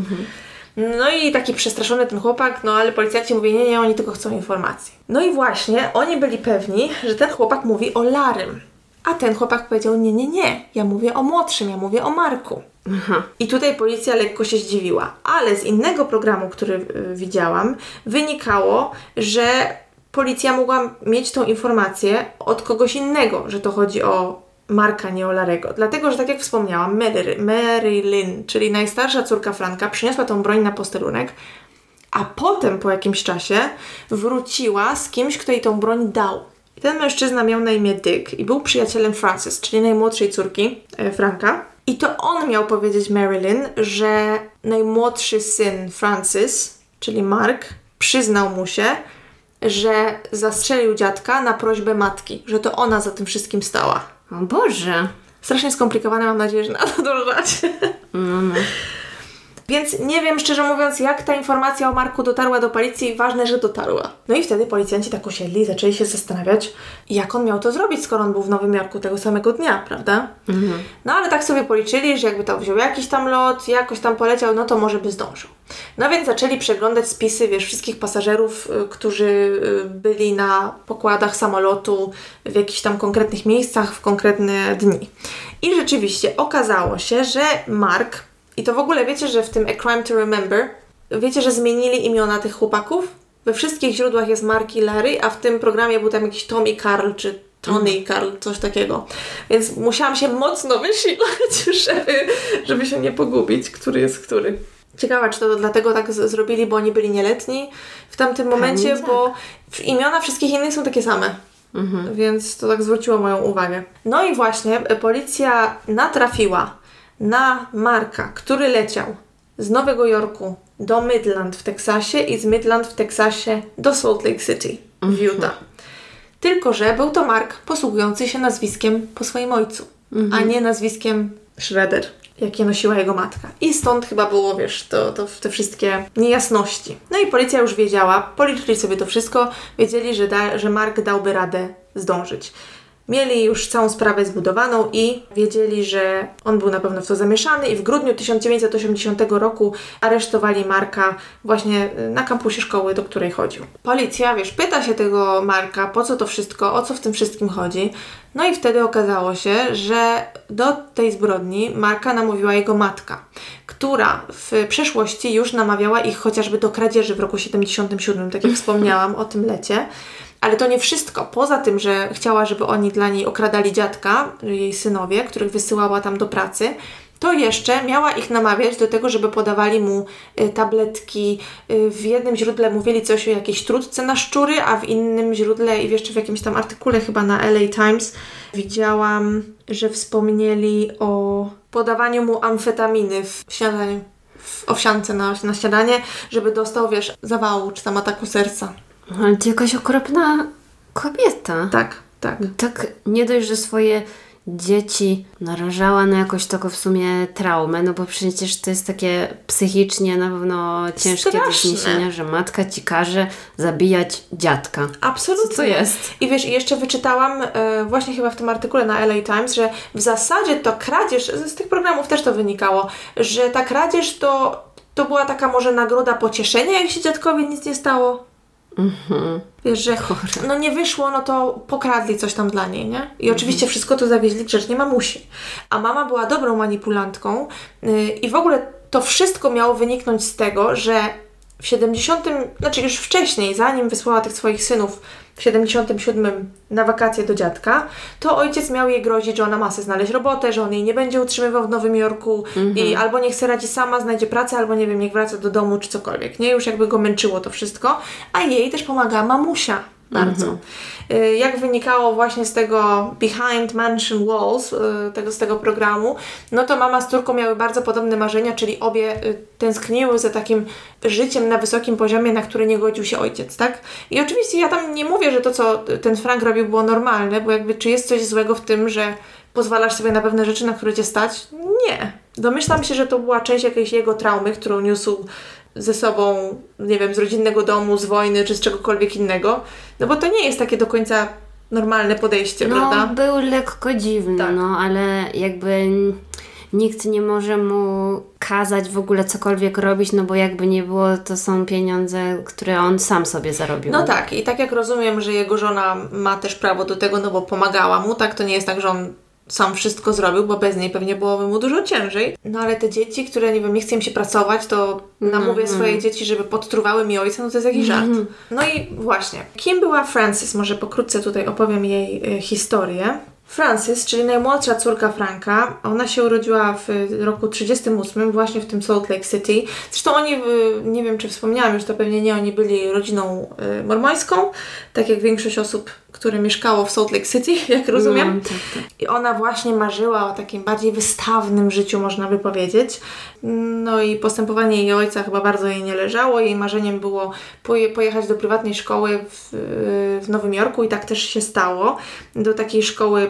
No i taki przestraszony ten chłopak, no ale policjanci mówią, nie, oni tylko chcą informacji. No i właśnie oni byli pewni, że ten chłopak mówi o Larym. A ten chłopak powiedział, nie, ja mówię o młodszym, ja mówię o Marku. Aha. I tutaj policja lekko się zdziwiła. Ale z innego programu, który widziałam, wynikało, że policja mogła mieć tą informację od kogoś innego, że to chodzi o Marka, nie o Larego. Dlatego, że tak jak wspomniałam, Marilyn, czyli najstarsza córka Franka, przyniosła tą broń na posterunek, a potem po jakimś czasie wróciła z kimś, kto jej tą broń dał. I ten mężczyzna miał na imię Dick i był przyjacielem Frances, czyli najmłodszej córki Franka. I to on miał powiedzieć Marilyn, że najmłodszy syn Frances, czyli Mark, przyznał mu się, że zastrzelił dziadka na prośbę matki, że to ona za tym wszystkim stała. O Boże! Strasznie skomplikowane, mam nadzieję, że na to dożać. Więc nie wiem, szczerze mówiąc, jak ta informacja o Marku dotarła do policji. Ważne, że dotarła. No i wtedy policjanci tak usiedli i zaczęli się zastanawiać, jak on miał to zrobić, skoro on był w Nowym Jorku tego samego dnia, prawda? No ale tak sobie policzyli, że jakby to wziął jakiś tam lot, jakoś tam poleciał, no to może by zdążył. No więc zaczęli przeglądać spisy, wszystkich pasażerów, którzy byli na pokładach samolotu w jakichś tam konkretnych miejscach, w konkretne dni. I rzeczywiście okazało się, że Mark, i to w ogóle wiecie, że w tym A Crime to Remember, wiecie, że zmienili imiona tych chłopaków? We wszystkich źródłach jest Mark i Larry, a w tym programie był tam jakiś Tom i Carl, czy Tony i Carl, coś takiego. Więc musiałam się mocno wysilać, żeby się nie pogubić, który jest który. Ciekawe, czy to dlatego tak zrobili, bo oni byli nieletni w tamtym momencie, tak. bo imiona wszystkich innych są takie same. Więc to tak zwróciło moją uwagę. No i właśnie policja natrafiła na Marka, który leciał z Nowego Jorku do Midland w Teksasie i z Midland w Teksasie do Salt Lake City w Utah. Tylko że był to Mark posługujący się nazwiskiem po swoim ojcu, a nie nazwiskiem Schroeder, jakie nosiła jego matka. I stąd chyba było, te wszystkie niejasności. No i policja już wiedziała, policzyli sobie to wszystko, wiedzieli, że Mark dałby radę zdążyć. Mieli już całą sprawę zbudowaną i wiedzieli, że on był na pewno w to zamieszany i w grudniu 1980 roku aresztowali Marka właśnie na kampusie szkoły, do której chodził. Policja, pyta się tego Marka, po co to wszystko, o co w tym wszystkim chodzi. No i wtedy okazało się, że do tej zbrodni Marka namówiła jego matka, która w przeszłości już namawiała ich chociażby do kradzieży w roku 77, tak jak wspomniałam o tym lecie. Ale to nie wszystko. Poza tym, że chciała, żeby oni dla niej okradali dziadka, jej synowie, których wysyłała tam do pracy, to jeszcze miała ich namawiać do tego, żeby podawali mu tabletki. W jednym źródle mówili coś o jakiejś trutce na szczury, a w innym źródle i jeszcze w jakimś tam artykule chyba na LA Times widziałam, że wspomnieli o podawaniu mu amfetaminy w śniadaniu, w owsiance na śniadanie, żeby dostał, zawału czy tam ataku serca. Ale to jakaś okropna kobieta. Tak. Tak nie dość, że swoje dzieci narażała na jakoś taką w sumie traumę, no bo przecież to jest takie psychicznie na pewno ciężkie do zniesienia, że matka ci każe zabijać dziadka. Absolutnie. Co to jest? I jeszcze wyczytałam właśnie chyba w tym artykule na LA Times, że w zasadzie to kradzież, z tych programów też to wynikało, że ta kradzież to była taka może nagroda pocieszenia, jak się dziadkowi nic nie stało. Że nie wyszło, no to pokradli coś tam dla niej, nie? I oczywiście wszystko to zawieźli grzecznie mamusi. A mama była dobrą manipulantką i w ogóle to wszystko miało wyniknąć z tego, że już wcześniej, zanim wysłała tych swoich synów w 77 na wakacje do dziadka, to ojciec miał jej grozić, że ona ma sobie znaleźć robotę, że on jej nie będzie utrzymywał w Nowym Jorku i albo niech se radzi sama, znajdzie pracę, albo nie wiem, niech wraca do domu, czy cokolwiek, nie? Już jakby go męczyło to wszystko, a jej też pomagała mamusia bardzo. Jak wynikało właśnie z tego Behind Mansion Walls, z tego programu, no to mama z córką miały bardzo podobne marzenia, czyli obie tęskniły za takim życiem na wysokim poziomie, na który nie godził się ojciec, tak? I oczywiście ja tam nie mówię, że to, co ten Frank robił, było normalne, bo czy jest coś złego w tym, że pozwalasz sobie na pewne rzeczy, na które cię stać? Nie. Domyślam się, że to była część jakiejś jego traumy, którą niósł ze sobą, nie wiem, z rodzinnego domu, z wojny, czy z czegokolwiek innego. No bo to nie jest takie do końca normalne podejście, prawda? No, był lekko dziwny, tak. Ale jakby nikt nie może mu kazać w ogóle cokolwiek robić, no bo jakby nie było, to są pieniądze, które on sam sobie zarobił. No tak, i tak jak rozumiem, że jego żona ma też prawo do tego, no bo pomagała mu, tak? To nie jest tak, że on sam wszystko zrobił, bo bez niej pewnie byłoby mu dużo ciężej. No ale te dzieci, które, nie wiem, nie chcą im się pracować, to namówię swoje dzieci, żeby podtruwały mi ojca, no to jest jakiś żart. No i właśnie, kim była Frances? Może pokrótce tutaj opowiem jej historię. Frances, czyli najmłodsza córka Franka, ona się urodziła w roku 1938 właśnie w tym Salt Lake City. Zresztą oni, nie wiem czy wspomniałam już, to pewnie nie, oni byli rodziną mormońską, tak jak większość osób, które mieszkało w Salt Lake City, jak rozumiem. Tak. I ona właśnie marzyła o takim bardziej wystawnym życiu, można by powiedzieć. No i postępowanie jej ojca chyba bardzo jej nie leżało. Jej marzeniem było pojechać do prywatnej szkoły w Nowym Jorku i tak też się stało. Do takiej szkoły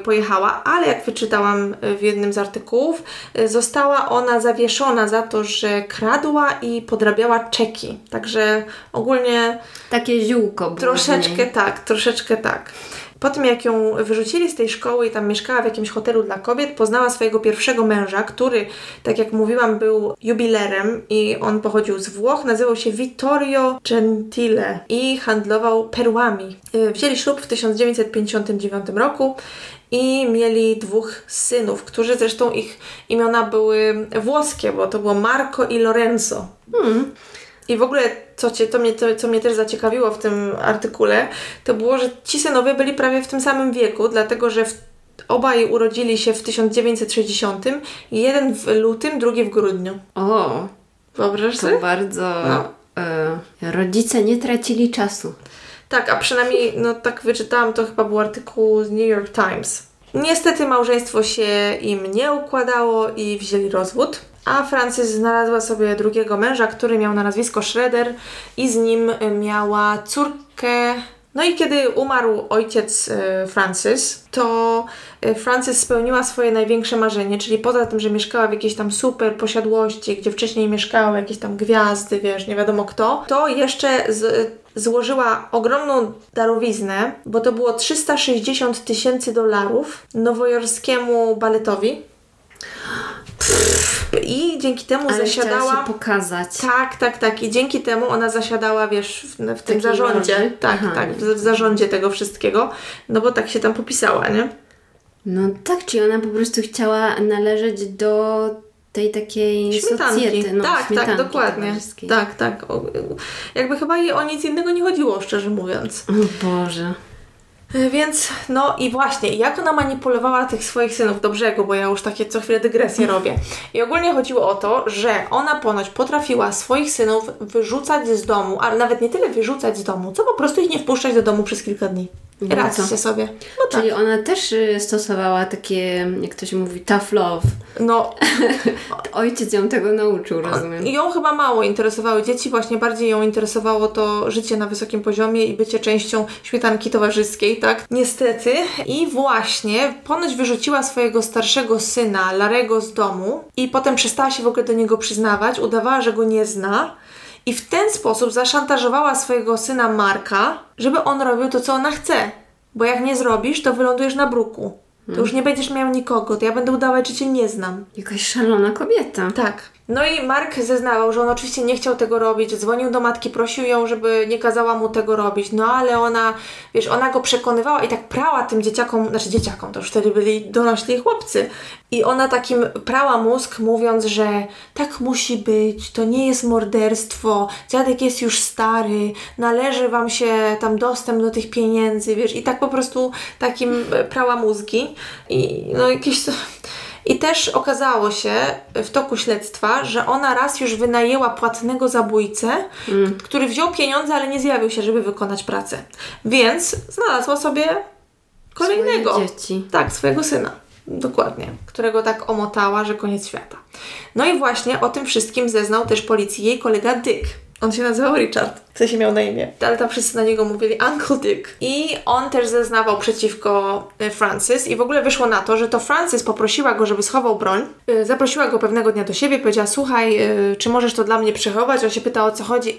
pojechała, ale jak wyczytałam w jednym z artykułów, została ona zawieszona za to, że kradła i podrabiała czeki. Także ogólnie takie ziółko było troszeczkę tak. Po tym, jak ją wyrzucili z tej szkoły i tam mieszkała w jakimś hotelu dla kobiet, poznała swojego pierwszego męża, który, tak jak mówiłam, był jubilerem i on pochodził z Włoch, nazywał się Vittorio Gentile i handlował perłami. Wzięli ślub w 1959 roku i mieli 2 synów, którzy zresztą ich imiona były włoskie, bo to było Marco i Lorenzo. I w ogóle, co mnie też zaciekawiło w tym artykule, to było, że ci synowie byli prawie w tym samym wieku, dlatego że obaj urodzili się w 1960, jeden w lutym, drugi w grudniu. O, wyobraź sobie? To bardzo... rodzice nie tracili czasu. Tak, a przynajmniej, tak wyczytałam, to chyba był artykuł z New York Times. Niestety małżeństwo się im nie układało i wzięli rozwód. A Frances znalazła sobie drugiego męża, który miał na nazwisko Schroeder i z nim miała córkę. No i kiedy umarł ojciec Frances, to Frances spełniła swoje największe marzenie, czyli poza tym, że mieszkała w jakiejś tam super posiadłości, gdzie wcześniej mieszkały jakieś tam gwiazdy, nie wiadomo kto, to jeszcze złożyła ogromną darowiznę, bo to było $360,000 nowojorskiemu baletowi. I dzięki temu zasiadała... się pokazać. Tak. I dzięki temu ona zasiadała, w tym zarządzie. Tak, w zarządzie tego wszystkiego. No bo tak się tam popisała, nie? No tak, czyli ona po prostu chciała należeć do tej takiej socjety. Tak, dokładnie. Tak. Jakby chyba jej o nic innego nie chodziło, szczerze mówiąc. O Boże. Więc, i właśnie, jak ona manipulowała tych swoich synów do brzegu, bo ja już takie co chwilę dygresje robię. I ogólnie chodziło o to, że ona ponoć potrafiła swoich synów wyrzucać z domu, ale nawet nie tyle wyrzucać z domu, co po prostu ich nie wpuszczać do domu przez kilka dni. Radźcie sobie. Czyli ona też stosowała takie, jak to się mówi, tough love. Ojciec ją tego nauczył, rozumiem. Ją chyba mało interesowały dzieci, właśnie bardziej ją interesowało to życie na wysokim poziomie i bycie częścią śmietanki towarzyskiej, tak? Niestety. I właśnie ponoć wyrzuciła swojego starszego syna, Larego, z domu i potem przestała się w ogóle do niego przyznawać, udawała, że go nie zna. I w ten sposób zaszantażowała swojego syna Marka, żeby on robił to, co ona chce. Bo jak nie zrobisz, to wylądujesz na bruku. To już nie będziesz miał nikogo, to ja będę udawać, że cię nie znam. Jakaś szalona kobieta. Tak. No i Mark zeznawał, że on oczywiście nie chciał tego robić, dzwonił do matki, prosił ją, żeby nie kazała mu tego robić, ale ona, ona go przekonywała i tak prała tym dzieciakom, to już wtedy byli dorośli chłopcy, i ona takim prała mózg, mówiąc, że tak musi być, to nie jest morderstwo, dziadek jest już stary, należy wam się tam dostęp do tych pieniędzy, i tak po prostu takim prała mózgi i jakieś... I też okazało się w toku śledztwa, że ona raz już wynajęła płatnego zabójcę, który wziął pieniądze, ale nie zjawił się, żeby wykonać pracę. Więc znalazła sobie kolejnego. Swoje dzieci. Tak, swojego syna. Dokładnie. Którego tak omotała, że koniec świata. No i właśnie o tym wszystkim zeznał też policji jej kolega Dick. On się nazywał Richard, w sensie miał na imię, ale tam wszyscy na niego mówili Uncle Dick. I on też zeznawał przeciwko Frances i w ogóle wyszło na to, że to Frances poprosiła go, żeby schował broń. Zaprosiła go pewnego dnia do siebie, powiedziała: słuchaj, czy możesz to dla mnie przechować? On się pytał, o co chodzi.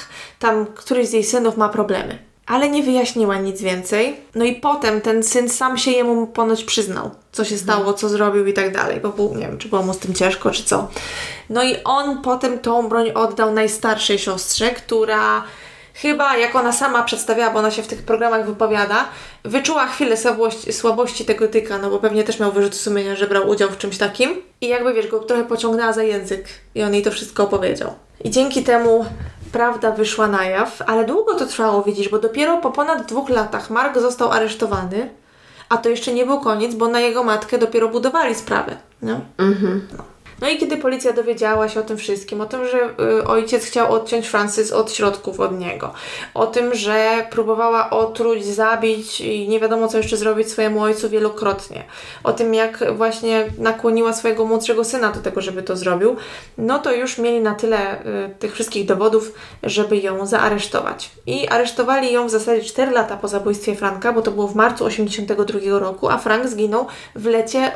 Tam któryś z jej synów ma problemy. Ale nie wyjaśniła nic więcej. No i potem ten syn sam się jemu ponoć przyznał, co się stało, co zrobił i tak dalej, bo nie wiem, czy było mu z tym ciężko, czy co. No i on potem tą broń oddał najstarszej siostrze, która chyba, jak ona sama przedstawiała, bo ona się w tych programach wypowiada, wyczuła chwilę słabości tego Dicka, bo pewnie też miał wyrzut sumienia, że brał udział w czymś takim. I jakby, go trochę pociągnęła za język i on jej to wszystko opowiedział. I dzięki temu prawda wyszła na jaw, ale długo to trwało, widzisz, bo dopiero po ponad 2 latach Mark został aresztowany, a to jeszcze nie był koniec, bo na jego matkę dopiero budowali sprawę, nie? No i kiedy policja dowiedziała się o tym wszystkim, o tym, że ojciec chciał odciąć Frances od środków od niego, o tym, że próbowała otruć, zabić i nie wiadomo co jeszcze zrobić swojemu ojcu wielokrotnie, o tym jak właśnie nakłoniła swojego młodszego syna do tego, żeby to zrobił, no to już mieli na tyle tych wszystkich dowodów, żeby ją zaaresztować. I aresztowali ją w zasadzie 4 lata po zabójstwie Franka, bo to było w marcu 82 roku, a Frank zginął w lecie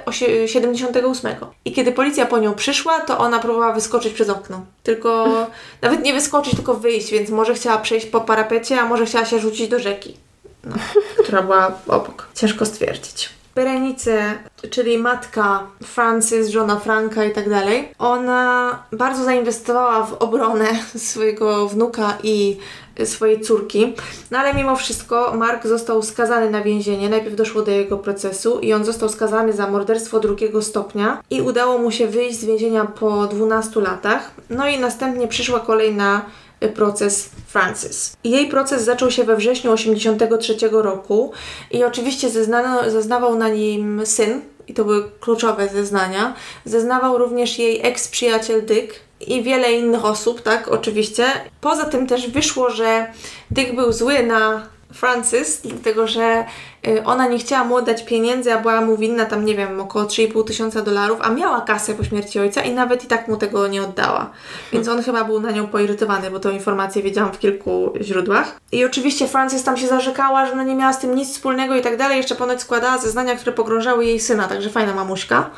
78. I kiedy policja po nią przyszła, to ona próbowała wyskoczyć przez okno. Tylko nawet nie wyskoczyć, tylko wyjść, więc może chciała przejść po parapecie, a może chciała się rzucić do rzeki, która była obok. Ciężko stwierdzić. Berenice, czyli matka Frances, żona Franka i tak dalej, ona bardzo zainwestowała w obronę swojego wnuka i swojej córki, no ale mimo wszystko Mark został skazany na więzienie. Najpierw doszło do jego procesu i on został skazany za morderstwo 2. stopnia i udało mu się wyjść z więzienia po 12 latach. No i następnie przyszła kolej na proces Frances. Jej proces zaczął się we wrześniu 1983 roku i oczywiście zeznawał na nim syn, i to były kluczowe zeznania. Zeznawał również jej ex-przyjaciel Dick i wiele innych osób, tak, oczywiście. Poza tym też wyszło, że Dick był zły na Frances, dlatego że ona nie chciała mu oddać pieniędzy, a była mu winna tam, nie wiem, około $3,500, a miała kasę po śmierci ojca i nawet i tak mu tego nie oddała. Więc on chyba był na nią poirytowany, bo tę informację wiedziałam w kilku źródłach. I oczywiście Frances tam się zarzekała, że nie miała z tym nic wspólnego i tak dalej. Jeszcze ponoć składała zeznania, które pogrążały jej syna, także fajna mamuśka.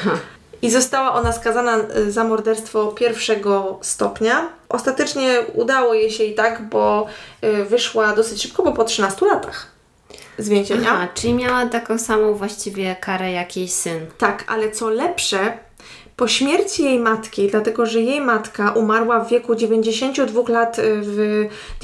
I została ona skazana za morderstwo 1. stopnia. Ostatecznie udało jej się i tak, bo wyszła dosyć szybko, bo po 13 latach z więzienia. Aha, czyli miała taką samą właściwie karę jak jej syn. Tak, ale co lepsze, po śmierci jej matki, dlatego że jej matka umarła w wieku 92 lat w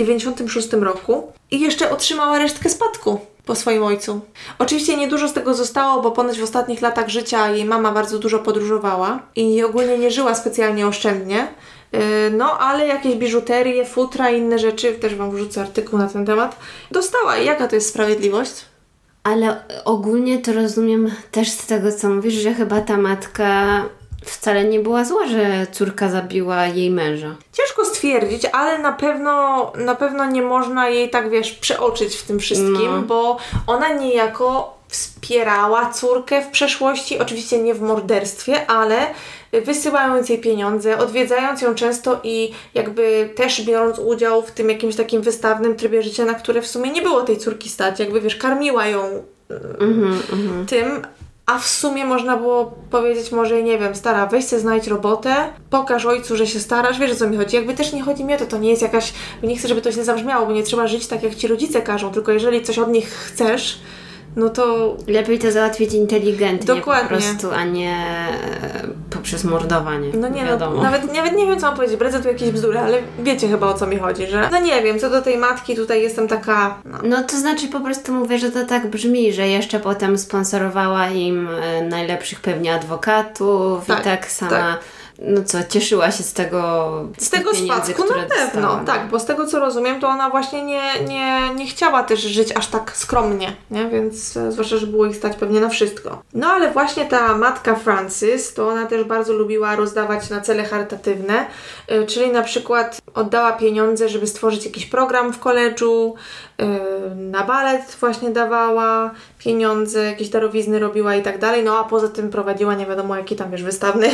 96 roku i jeszcze otrzymała resztkę spadku po swoim ojcu. Oczywiście niedużo z tego zostało, bo ponoć w ostatnich latach życia jej mama bardzo dużo podróżowała i ogólnie nie żyła specjalnie oszczędnie. No, ale jakieś biżuterie, futra i inne rzeczy, też Wam wrzucę artykuł na ten temat, dostała. I jaka to jest sprawiedliwość? Ale ogólnie to rozumiem też z tego, co mówisz, że chyba ta matka wcale nie była zła, że córka zabiła jej męża. Ciężko stwierdzić, ale na pewno nie można jej tak, wiesz, przeoczyć w tym wszystkim, bo ona niejako wspierała córkę w przeszłości, oczywiście nie w morderstwie, ale wysyłając jej pieniądze, odwiedzając ją często i jakby też biorąc udział w tym jakimś takim wystawnym trybie życia, na które w sumie nie było tej córki stać, jakby, wiesz, karmiła ją tym, a w sumie można było powiedzieć może, nie wiem, stara, weź sobie znajdź robotę, pokaż ojcu, że się starasz, wiesz o co mi chodzi. Jakby też nie chodzi mi o to, to nie jest jakaś, nie chcę, żeby to źle zabrzmiało, bo nie trzeba żyć tak, jak ci rodzice każą, tylko jeżeli coś od nich chcesz, no to... Lepiej to załatwić inteligentnie. Dokładnie. Po prostu, a nie poprzez mordowanie. No nie, wiadomo. no, nawet nie wiem, co mam powiedzieć, bredzę tu jakieś bzdury, ale wiecie chyba, o co mi chodzi, że no nie wiem, co do tej matki tutaj jestem taka... No to znaczy po prostu mówię, że to tak brzmi, że jeszcze potem sponsorowała im najlepszych pewnie adwokatów i tak sama... Tak. No co, cieszyła się z tego pieniędzy, spadku, na pewno, dostała, tak, bo z tego co rozumiem, to ona właśnie nie chciała też żyć aż tak skromnie, nie? Więc zwłaszcza, że było ich stać pewnie na wszystko. No ale właśnie ta matka Frances, to ona też bardzo lubiła rozdawać na cele charytatywne, czyli na przykład oddała pieniądze, żeby stworzyć jakiś program w koledżu, na balet właśnie dawała pieniądze, jakieś darowizny robiła i tak dalej, no a poza tym prowadziła nie wiadomo jaki tam, wiesz, wystawny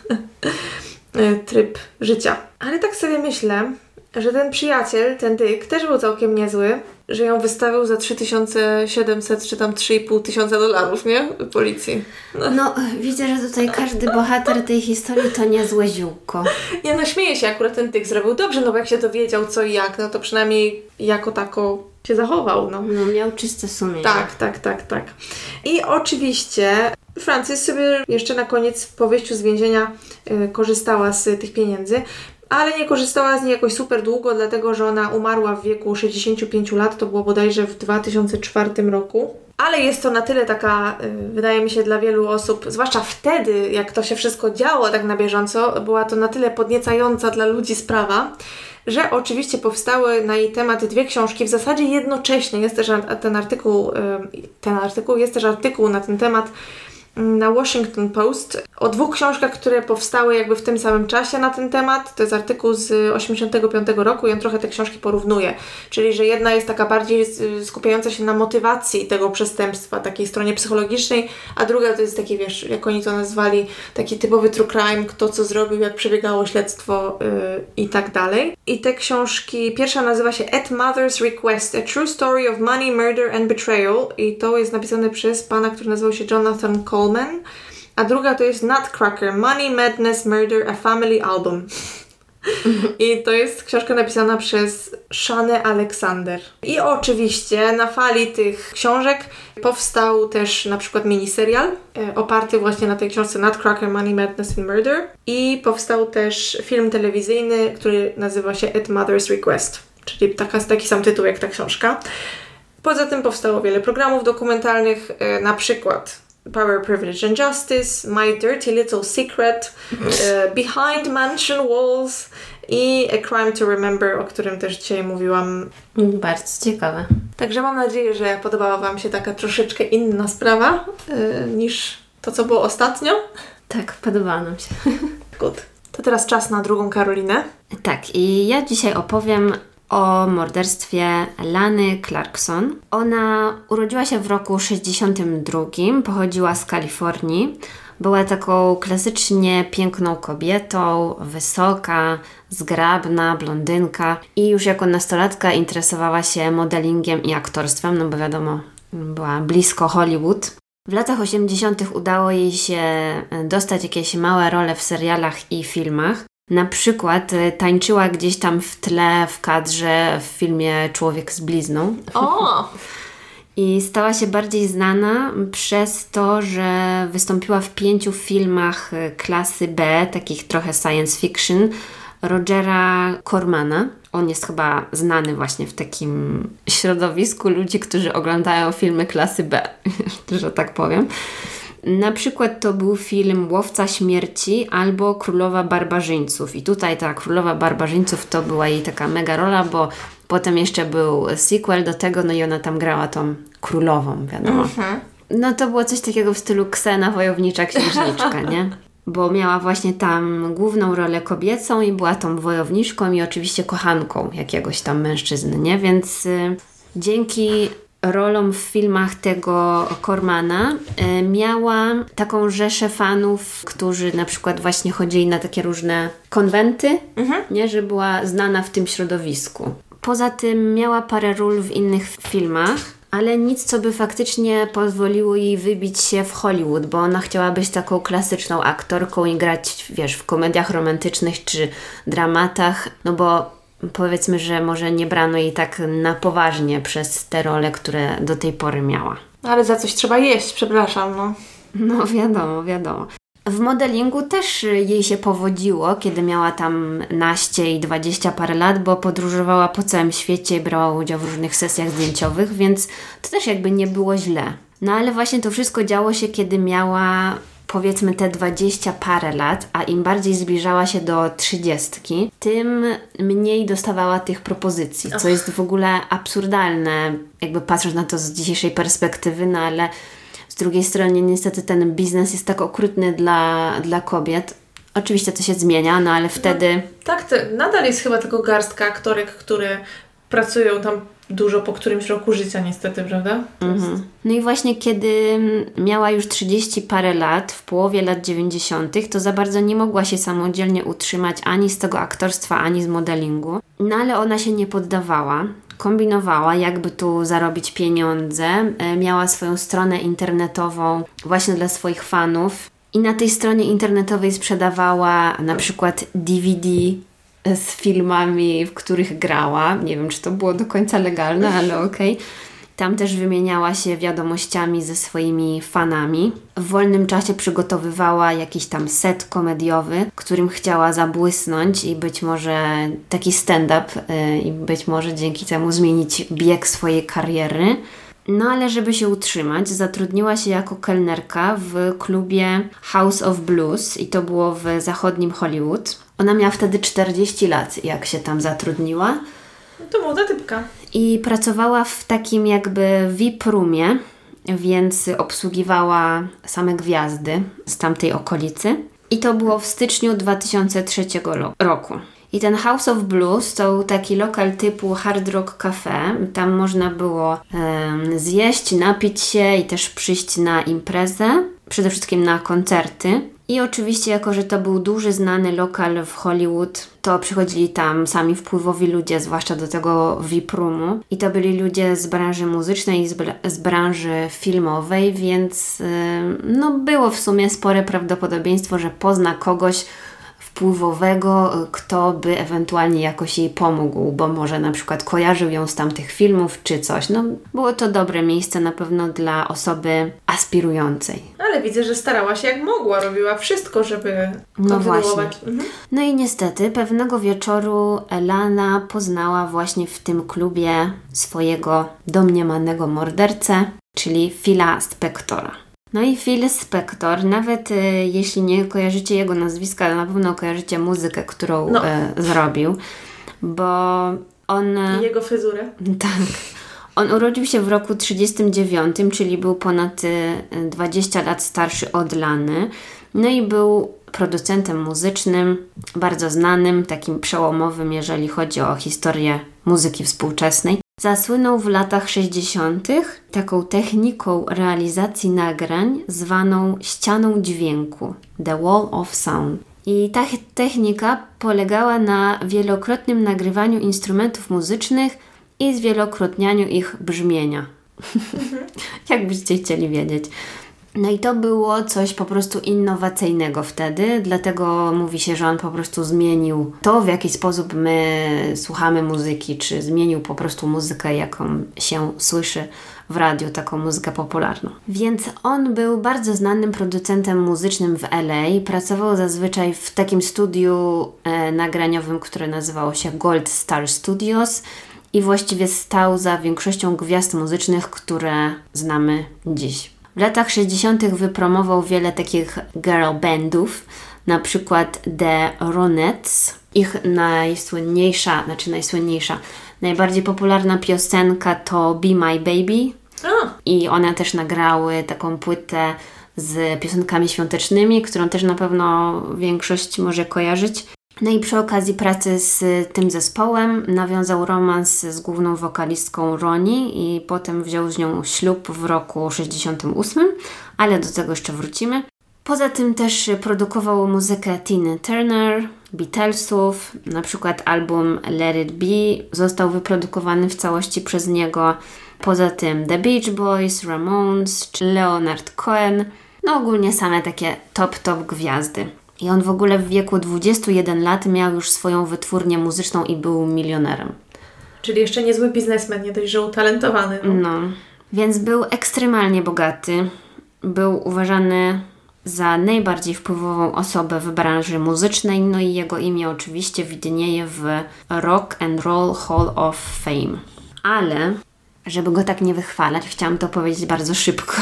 tryb życia. Ale tak sobie myślę, że ten przyjaciel, ten Dick, też był całkiem niezły, że ją wystawił za 3700 czy tam $3,500, nie? Policji. No, widzę, że tutaj każdy bohater tej historii to niezłe ziółko. Nie, no śmieję się, akurat ten Dick zrobił dobrze, no bo jak się dowiedział co i jak, no to przynajmniej jako tako się zachował, no. No, miał czyste sumienie. Tak. I oczywiście Frances sobie jeszcze na koniec po wyjściu z więzienia korzystała z tych pieniędzy, ale nie korzystała z niej jakoś super długo, dlatego że ona umarła w wieku 65 lat, to było bodajże w 2004 roku. Ale jest to na tyle taka, wydaje mi się, dla wielu osób, zwłaszcza wtedy, jak to się wszystko działo tak na bieżąco, była to na tyle podniecająca dla ludzi sprawa, że oczywiście powstały na jej temat 2 książki, w zasadzie jednocześnie. Jest też ten artykuł, jest też artykuł na ten temat na Washington Post o 2 książkach, które powstały jakby w tym samym czasie na ten temat. To jest artykuł z 85 roku i on trochę te książki porównuje. Czyli, że jedna jest taka bardziej skupiająca się na motywacji tego przestępstwa, takiej stronie psychologicznej, a druga to jest taki, wiesz, jak oni to nazwali, taki typowy true crime, kto co zrobił, jak przebiegało śledztwo i tak dalej. I te książki, pierwsza nazywa się At Mother's Request, A True Story of Money, Murder and Betrayal i to jest napisane przez pana, który nazywał się Jonathan Coleman, a druga to jest Nutcracker, Money, Madness, Murder, A Family Album. I to jest książka napisana przez Shannę Alexander. I oczywiście na fali tych książek powstał też na przykład miniserial oparty właśnie na tej książce Nutcracker, Money, Madness and Murder. I powstał też film telewizyjny, który nazywa się At Mother's Request, czyli taki sam tytuł jak ta książka. Poza tym powstało wiele programów dokumentalnych, na przykład Power, Privilege and Justice, My Dirty Little Secret, Behind Mansion Walls i A Crime to Remember, o którym też dzisiaj mówiłam. Bardzo ciekawe. Także mam nadzieję, że podobała Wam się taka troszeczkę inna sprawa niż to, co było ostatnio. Tak, podobała nam się. Good. To teraz czas na drugą Karolinę. Tak, i ja dzisiaj opowiem o morderstwie Lany Clarkson. Ona urodziła się w roku 62, pochodziła z Kalifornii. Była taką klasycznie piękną kobietą, wysoka, zgrabna, blondynka i już jako nastolatka interesowała się modelingiem i aktorstwem, no bo wiadomo, była blisko Hollywood. W latach 80. udało jej się dostać jakieś małe role w serialach i filmach. Na przykład tańczyła gdzieś tam w tle, w kadrze w filmie Człowiek z blizną. O! I stała się bardziej znana przez to, że wystąpiła w 5 filmach klasy B, takich trochę science fiction, Rogera Cormana. On jest chyba znany właśnie w takim środowisku ludzi, którzy oglądają filmy klasy B, że tak powiem. Na przykład to był film Łowca Śmierci albo Królowa Barbarzyńców. I tutaj ta Królowa Barbarzyńców to była jej taka mega rola, bo potem jeszcze był sequel do tego, no i ona tam grała tą królową, wiadomo. No to było coś takiego w stylu Ksena, wojownicza księżniczka, nie? Bo miała właśnie tam główną rolę kobiecą i była tą wojowniczką i oczywiście kochanką jakiegoś tam mężczyzny, nie? Więc dzięki rolą w filmach tego Cormana miała taką rzeszę fanów, którzy na przykład właśnie chodzili na takie różne konwenty, nie, że była znana w tym środowisku. Poza tym miała parę ról w innych filmach, ale nic, co by faktycznie pozwoliło jej wybić się w Hollywood, bo ona chciała być taką klasyczną aktorką i grać, wiesz, w komediach romantycznych czy dramatach, no bo powiedzmy, że może nie brano jej tak na poważnie przez te role, które do tej pory miała. Ale za coś trzeba jeść, przepraszam, no. No wiadomo. W modelingu też jej się powodziło, kiedy miała tam naście i 20 parę lat, bo podróżowała po całym świecie i brała udział w różnych sesjach zdjęciowych, więc to też jakby nie było źle. No ale właśnie to wszystko działo się, kiedy miała powiedzmy te 20 parę lat, a im bardziej zbliżała się do 30, tym mniej dostawała tych propozycji, co jest w ogóle absurdalne, jakby patrząc na to z dzisiejszej perspektywy, no ale z drugiej strony niestety ten biznes jest tak okrutny dla kobiet. Oczywiście to się zmienia, no ale wtedy... No, tak, nadal jest chyba tylko garstka aktorek, które pracują tam dużo po którymś roku życia niestety, prawda? No i właśnie kiedy miała już 30 parę lat, w połowie lat 90., to za bardzo nie mogła się samodzielnie utrzymać ani z tego aktorstwa, ani z modelingu. No ale ona się nie poddawała. Kombinowała, jakby tu zarobić pieniądze. Miała swoją stronę internetową właśnie dla swoich fanów. I na tej stronie internetowej sprzedawała na przykład DVD z filmami, w których grała. Nie wiem, czy to było do końca legalne, ale okej. Tam też wymieniała się wiadomościami ze swoimi fanami. W wolnym czasie przygotowywała jakiś tam set komediowy, którym chciała zabłysnąć i być może taki stand-up i być może dzięki temu zmienić bieg swojej kariery. No ale żeby się utrzymać, zatrudniła się jako kelnerka w klubie House of Blues i to było w zachodnim Hollywood. Ona miała wtedy 40 lat, jak się tam zatrudniła. No to młoda typka. I pracowała w takim jakby VIP roomie więc obsługiwała same gwiazdy z tamtej okolicy. I to było w styczniu 2003 roku. I ten House of Blues to był taki lokal typu Hard Rock Cafe. Tam można było zjeść, napić się i też przyjść na imprezę. Przede wszystkim na koncerty. I oczywiście, jako że to był duży, znany lokal w Hollywood, to przychodzili tam sami wpływowi ludzie, zwłaszcza do tego VIP roomu. I to byli ludzie z branży muzycznej i z branży filmowej, więc było w sumie spore prawdopodobieństwo, że pozna kogoś wpływowego, kto by ewentualnie jakoś jej pomógł, bo może na przykład kojarzył ją z tamtych filmów czy coś. Było to dobre miejsce na pewno dla osoby aspirującej. Ale widzę, że starała się jak mogła, robiła wszystko, żeby kontynuować. No i niestety pewnego wieczoru Lana poznała właśnie w tym klubie swojego domniemanego mordercę, czyli Phila Spectora. No i Phil Spector, nawet jeśli nie kojarzycie jego nazwiska, ale na pewno kojarzycie muzykę, którą zrobił, bo on... I jego fryzurę. Tak. On urodził się w roku 1939, czyli był ponad 20 lat starszy od Lany. No i był producentem muzycznym, bardzo znanym, takim przełomowym, jeżeli chodzi o historię muzyki współczesnej. Zasłynął w latach 60. taką techniką realizacji nagrań zwaną ścianą dźwięku, The Wall of Sound. I ta technika polegała na wielokrotnym nagrywaniu instrumentów muzycznych i zwielokrotnianiu ich brzmienia. Jakbyście chcieli wiedzieć. No i to było coś po prostu innowacyjnego wtedy, dlatego mówi się, że on po prostu zmienił to, w jaki sposób my słuchamy muzyki, czy zmienił po prostu muzykę, jaką się słyszy w radiu, taką muzykę popularną. Więc on był bardzo znanym producentem muzycznym w LA, pracował zazwyczaj w takim studiu nagraniowym, które nazywało się Gold Star Studios i właściwie stał za większością gwiazd muzycznych, które znamy dziś. W latach 60. wypromował wiele takich girl bandów, na przykład The Ronettes. Ich najbardziej popularna piosenka to Be My Baby. I one też nagrały taką płytę z piosenkami świątecznymi, którą też na pewno większość może kojarzyć. No i przy okazji pracy z tym zespołem nawiązał romans z główną wokalistką Ronnie i potem wziął z nią ślub w roku 68, ale do tego jeszcze wrócimy. Poza tym też produkował muzykę Tina Turner, Beatlesów, na przykład album Let It Be został wyprodukowany w całości przez niego. Poza tym The Beach Boys, Ramones czy Leonard Cohen, ogólnie same takie top gwiazdy. I on w ogóle w wieku 21 lat miał już swoją wytwórnię muzyczną i był milionerem. Czyli jeszcze niezły biznesmen, nie dość, że utalentowany. Więc był ekstremalnie bogaty. Był uważany za najbardziej wpływową osobę w branży muzycznej, i jego imię oczywiście widnieje w Rock and Roll Hall of Fame. Ale, żeby go tak nie wychwalać, chciałam to powiedzieć bardzo szybko.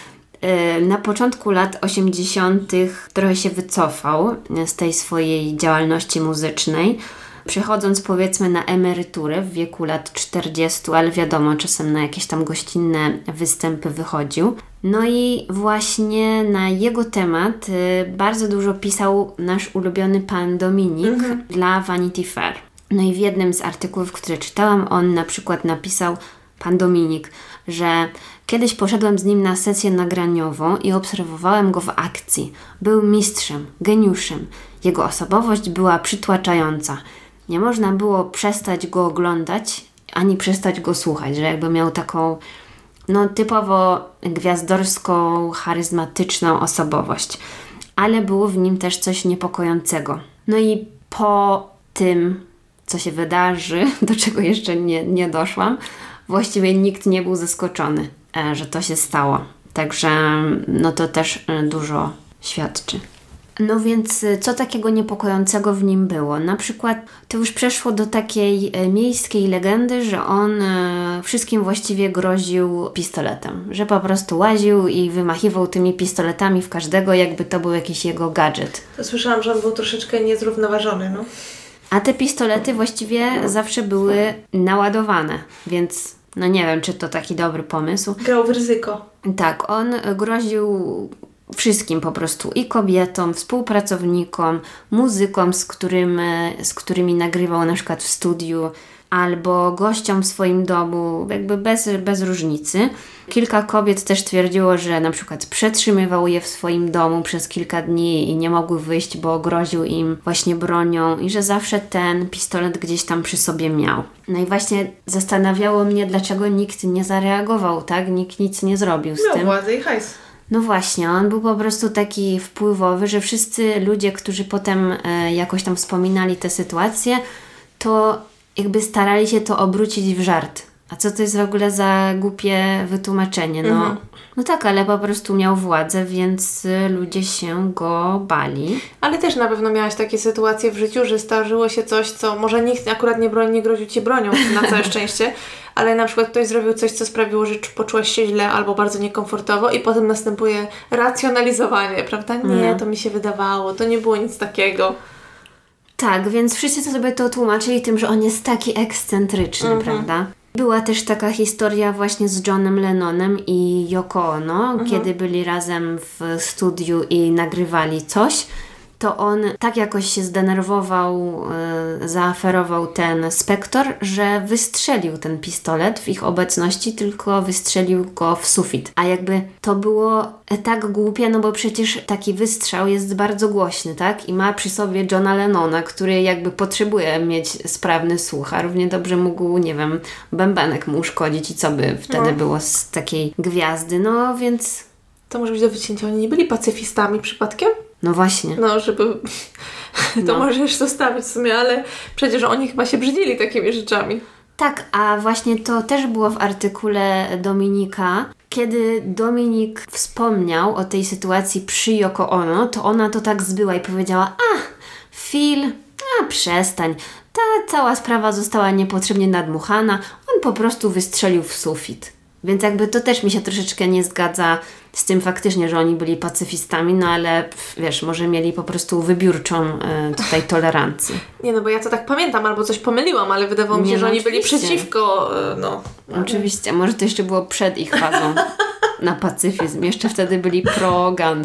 Na początku lat 80. trochę się wycofał z tej swojej działalności muzycznej, przechodząc powiedzmy na emeryturę w wieku lat 40, ale wiadomo, czasem na jakieś tam gościnne występy wychodził. No i właśnie na jego temat bardzo dużo pisał nasz ulubiony pan Dominik dla Vanity Fair. No i w jednym z artykułów, które czytałam, on na przykład napisał, pan Dominik, że kiedyś poszedłem z nim na sesję nagraniową i obserwowałem go w akcji. Był mistrzem, geniuszem. Jego osobowość była przytłaczająca. Nie można było przestać go oglądać, ani przestać go słuchać, że jakby miał taką typowo gwiazdorską, charyzmatyczną osobowość. Ale było w nim też coś niepokojącego. No i po tym, co się wydarzy, do czego jeszcze nie doszłam, właściwie nikt nie był zaskoczony, że to się stało. Także to też dużo świadczy. No więc co takiego niepokojącego w nim było? Na przykład to już przeszło do takiej miejskiej legendy, że on wszystkim właściwie groził pistoletem. Że po prostu łaził i wymachiwał tymi pistoletami w każdego, jakby to był jakiś jego gadżet. To słyszałam, że on był troszeczkę niezrównoważony, A te pistolety właściwie zawsze były naładowane, więc No nie wiem, czy to taki dobry pomysł. Grał w ryzyko. Tak, on groził wszystkim po prostu. I kobietom, współpracownikom, muzykom, z którymi nagrywał na przykład w studiu, albo gościom w swoim domu, jakby bez różnicy. Kilka kobiet też twierdziło, że na przykład przetrzymywał je w swoim domu przez kilka dni i nie mogły wyjść, bo groził im właśnie bronią i że zawsze ten pistolet gdzieś tam przy sobie miał. No i właśnie zastanawiało mnie, dlaczego nikt nie zareagował, tak? Nikt nic nie zrobił z tym. Miał władzę i hajs. No właśnie, on był po prostu taki wpływowy, że wszyscy ludzie, którzy potem jakoś tam wspominali tę sytuację, to jakby starali się to obrócić w żart. A co to jest w ogóle za głupie wytłumaczenie? No tak, ale po prostu miał władzę, więc ludzie się go bali. Ale też na pewno miałaś takie sytuacje w życiu, że zdarzyło się coś, co może nikt akurat nie groził Ci bronią, na całe szczęście, ale na przykład ktoś zrobił coś, co sprawiło, że poczułaś się źle albo bardzo niekomfortowo i potem następuje racjonalizowanie, prawda? Nie, to mi się wydawało, to nie było nic takiego. Tak, więc wszyscy sobie to tłumaczyli tym, że on jest taki ekscentryczny, prawda? Była też taka historia właśnie z Johnem Lennonem i Yoko Ono, kiedy byli razem w studiu i nagrywali coś. To on tak jakoś się zdenerwował, zaaferował ten Spektor, że wystrzelił ten pistolet w ich obecności, tylko wystrzelił go w sufit. A jakby to było tak głupie, no bo przecież taki wystrzał jest bardzo głośny, tak? I ma przy sobie Johna Lennona, który jakby potrzebuje mieć sprawny słuch, a równie dobrze mógł, nie wiem, bębenek mu uszkodzić i co by wtedy było z takiej gwiazdy, no więc... To może być do wycięcia. Oni nie byli pacyfistami przypadkiem? No właśnie. No, żeby... To możesz zostawić w sumie, ale przecież oni chyba się brzydzili takimi rzeczami. Tak, a właśnie to też było w artykule Dominika. Kiedy Dominik wspomniał o tej sytuacji przy Yoko Ono, to ona to tak zbyła i powiedziała: Phil, przestań. Ta cała sprawa została niepotrzebnie nadmuchana. On po prostu wystrzelił w sufit. Więc jakby to też mi się troszeczkę nie zgadza z tym faktycznie, że oni byli pacyfistami, no ale wiesz, może mieli po prostu wybiórczą tutaj tolerancję. Nie, no bo ja to tak pamiętam, albo coś pomyliłam, ale wydawało mi się, że oni byli przeciwko, Oczywiście, może to jeszcze było przed ich fazą na pacyfizm. Jeszcze wtedy byli pro-guns.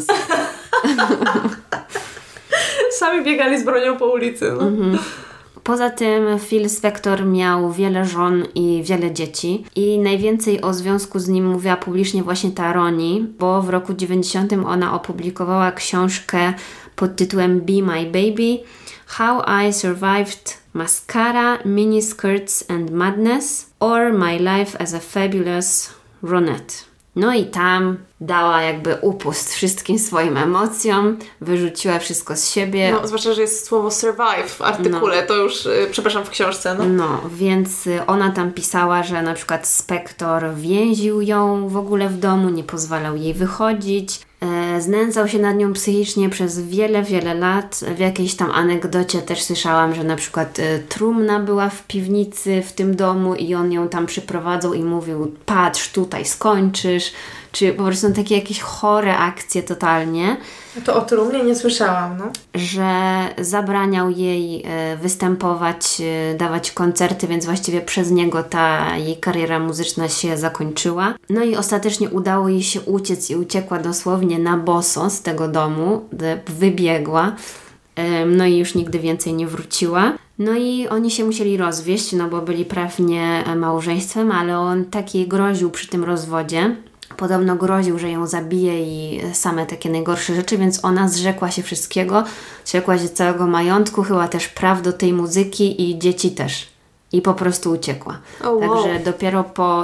Sami biegali z bronią po ulicy. No. Poza tym Phil Spector miał wiele żon i wiele dzieci i najwięcej o związku z nim mówiła publicznie właśnie ta Ronnie, bo w roku 90 ona opublikowała książkę pod tytułem Be My Baby – How I Survived Mascara, Miniskirts and Madness or My Life as a Fabulous Ronette. No i tam dała jakby upust wszystkim swoim emocjom, wyrzuciła wszystko z siebie. No, zwłaszcza, że jest słowo survive w artykule, to już, przepraszam, w książce. No, więc ona tam pisała, że na przykład Spektor więził ją w ogóle w domu, nie pozwalał jej wychodzić, znęcał się nad nią psychicznie przez wiele, wiele lat. W jakiejś tam anegdocie też słyszałam, że na przykład trumna była w piwnicy w tym domu i on ją tam przyprowadzał i mówił: patrz, tutaj skończysz. Czy po prostu są takie jakieś chore akcje totalnie. To o trumnie nie słyszałam, no. Że zabraniał jej występować, dawać koncerty, więc właściwie przez niego ta jej kariera muzyczna się zakończyła. No i ostatecznie udało jej się uciec i uciekła dosłownie na boso z tego domu, wybiegła. No i już nigdy więcej nie wróciła. No i oni się musieli rozwieść, no bo byli prawnie małżeństwem, ale on tak jej groził przy tym rozwodzie. Podobno groził, że ją zabije i same takie najgorsze rzeczy, więc ona zrzekła się wszystkiego. Zrzekła się całego majątku, chyba też praw do tej muzyki i dzieci też. I po prostu uciekła. Także dopiero po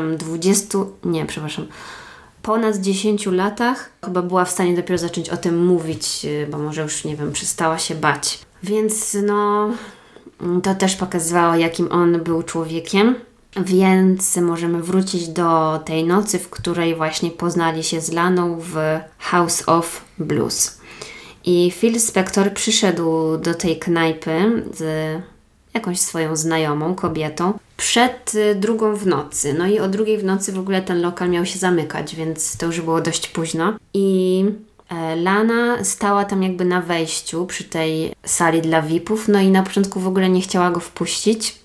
ponad 10 latach chyba była w stanie dopiero zacząć o tym mówić, bo może już, nie wiem, przestała się bać. Więc no, to też pokazywało, jakim on był człowiekiem. Więc możemy wrócić do tej nocy, w której właśnie poznali się z Laną w House of Blues. I Phil Spector przyszedł do tej knajpy z jakąś swoją znajomą kobietą przed 2:00 w nocy. No i o 2:00 w nocy w ogóle ten lokal miał się zamykać, więc to już było dość późno. I Lana stała tam jakby na wejściu przy tej sali dla VIP-ów, no i na początku w ogóle nie chciała go wpuścić.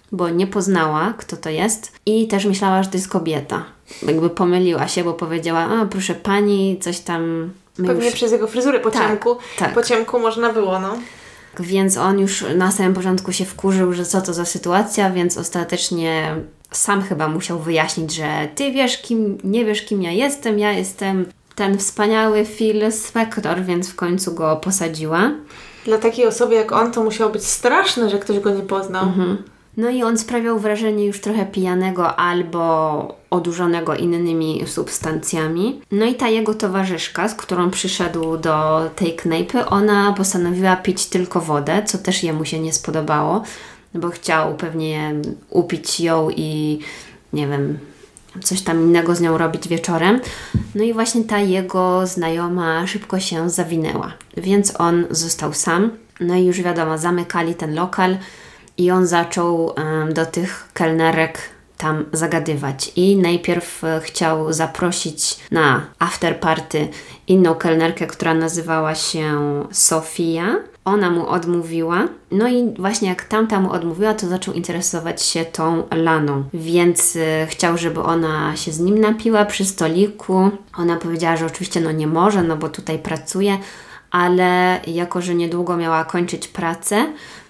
bo nie poznała, kto to jest i też myślała, że to jest kobieta. Jakby pomyliła się, bo powiedziała, proszę pani, coś tam... Pewnie przez jego fryzurę po ciemku. Tak. Po ciemku można było, no. Więc on już na samym początku się wkurzył, że co to za sytuacja, więc ostatecznie sam chyba musiał wyjaśnić, że ty wiesz nie wiesz kim ja jestem ten wspaniały Phil Spector, więc w końcu go posadziła. Dla takiej osoby jak on to musiało być straszne, że ktoś go nie poznał. No i on sprawiał wrażenie już trochę pijanego albo odurzonego innymi substancjami. No i ta jego towarzyszka, z którą przyszedł do tej knajpy, ona postanowiła pić tylko wodę, co też jemu się nie spodobało, bo chciał pewnie upić ją i nie wiem, coś tam innego z nią robić wieczorem. No i właśnie ta jego znajoma szybko się zawinęła, więc on został sam. No i już wiadomo, zamykali ten lokal i on zaczął do tych kelnerek tam zagadywać. I najpierw chciał zaprosić na afterparty inną kelnerkę, która nazywała się Sofia. Ona mu odmówiła. No i właśnie jak tamta mu odmówiła, to zaczął interesować się tą Laną. Więc chciał, żeby ona się z nim napiła przy stoliku. Ona powiedziała, że oczywiście nie może, bo tutaj pracuje, ale jako, że niedługo miała kończyć pracę,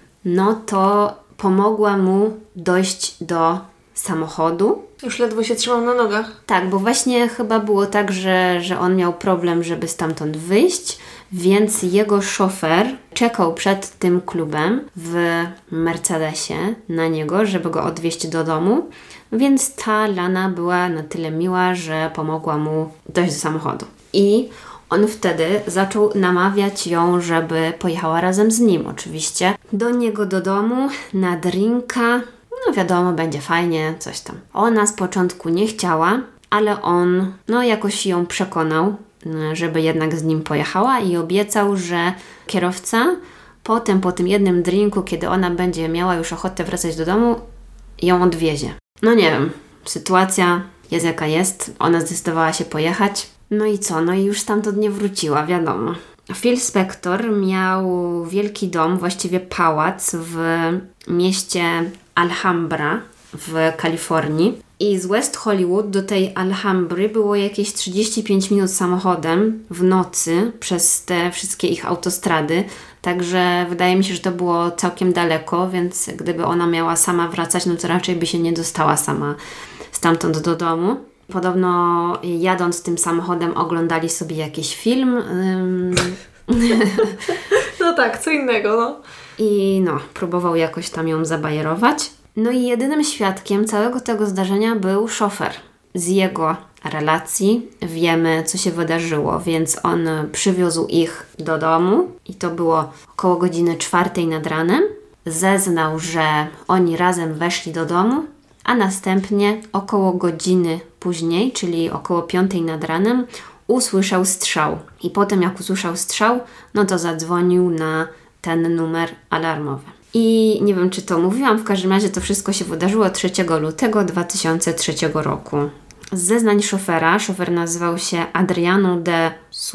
no to pomogła mu dojść do samochodu. Już ledwo się trzymał na nogach. Tak, bo właśnie chyba było tak, że on miał problem, żeby stamtąd wyjść, więc jego szofer czekał przed tym klubem w Mercedesie na niego, żeby go odwieźć do domu, więc ta Lana była na tyle miła, że pomogła mu dojść do samochodu. I on wtedy zaczął namawiać ją, żeby pojechała razem z nim oczywiście do niego do domu na drinka. No wiadomo, będzie fajnie, coś tam. Ona z początku nie chciała, ale on jakoś ją przekonał, żeby jednak z nim pojechała i obiecał, że kierowca potem po tym jednym drinku, kiedy ona będzie miała już ochotę wracać do domu, ją odwiezie. No nie wiem, sytuacja jest jaka jest. Ona zdecydowała się pojechać. No i co? No i już stamtąd nie wróciła, wiadomo. Phil Spector miał wielki dom, właściwie pałac w mieście Alhambra w Kalifornii. I z West Hollywood do tej Alhambry było jakieś 35 minut samochodem w nocy przez te wszystkie ich autostrady. Także wydaje mi się, że to było całkiem daleko, więc gdyby ona miała sama wracać, to raczej by się nie dostała sama stamtąd do domu. Podobno jadąc tym samochodem oglądali sobie jakiś film. No tak, co innego, I próbował jakoś tam ją zabajerować. No i jedynym świadkiem całego tego zdarzenia był szofer. Z jego relacji wiemy, co się wydarzyło, więc on przywiózł ich do domu i to było około godziny 4 nad ranem. Zeznał, że oni razem weszli do domu, a następnie około godziny później, czyli około 5 nad ranem, usłyszał strzał. I potem jak usłyszał strzał, to zadzwonił na ten numer alarmowy. I nie wiem, czy to mówiłam, w każdym razie to wszystko się wydarzyło 3 lutego 2003 roku. Z zeznań szofera, szofer nazywał się Adriano de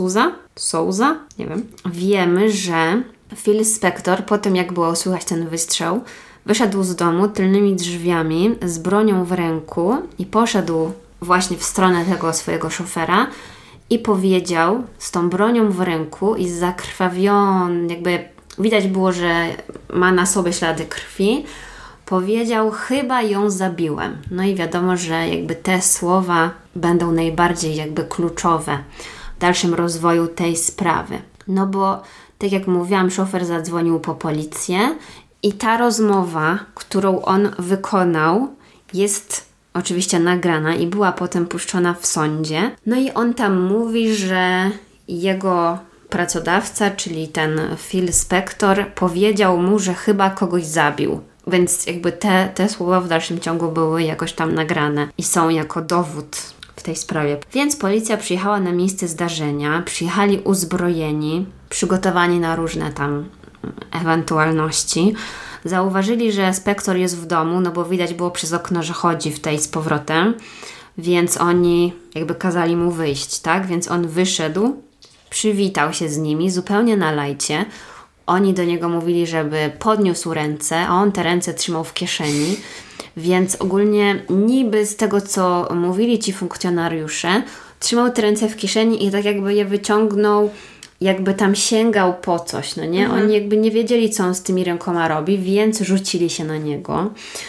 Souza, nie wiem, wiemy, że Phil Spector, po tym jak było słychać ten wystrzał, wyszedł z domu tylnymi drzwiami z bronią w ręku i poszedł właśnie w stronę tego swojego szofera i powiedział z tą bronią w ręku i zakrwawiony, jakby widać było, że ma na sobie ślady krwi, powiedział: chyba ją zabiłem. No i wiadomo, że jakby te słowa będą najbardziej jakby kluczowe w dalszym rozwoju tej sprawy. No bo tak jak mówiłam, szofer zadzwonił po policję i ta rozmowa, którą on wykonał, jest oczywiście nagrana i była potem puszczona w sądzie. No i on tam mówi, że jego pracodawca, czyli ten Phil Spector, powiedział mu, że chyba kogoś zabił. Więc jakby te słowa w dalszym ciągu były jakoś tam nagrane i są jako dowód w tej sprawie. Więc policja przyjechała na miejsce zdarzenia, przyjechali uzbrojeni, przygotowani na różne tam ewentualności. Zauważyli, że Spector jest w domu, bo widać było przez okno, że chodzi w tej z powrotem, więc oni jakby kazali mu wyjść, tak? Więc on wyszedł, przywitał się z nimi zupełnie na lajcie. Oni do niego mówili, żeby podniósł ręce, a on te ręce trzymał w kieszeni. Więc ogólnie niby z tego, co mówili ci funkcjonariusze, trzymał te ręce w kieszeni i tak jakby je wyciągnął, jakby tam sięgał po coś, no nie? Oni jakby nie wiedzieli, co on z tymi rękoma robi, więc rzucili się na niego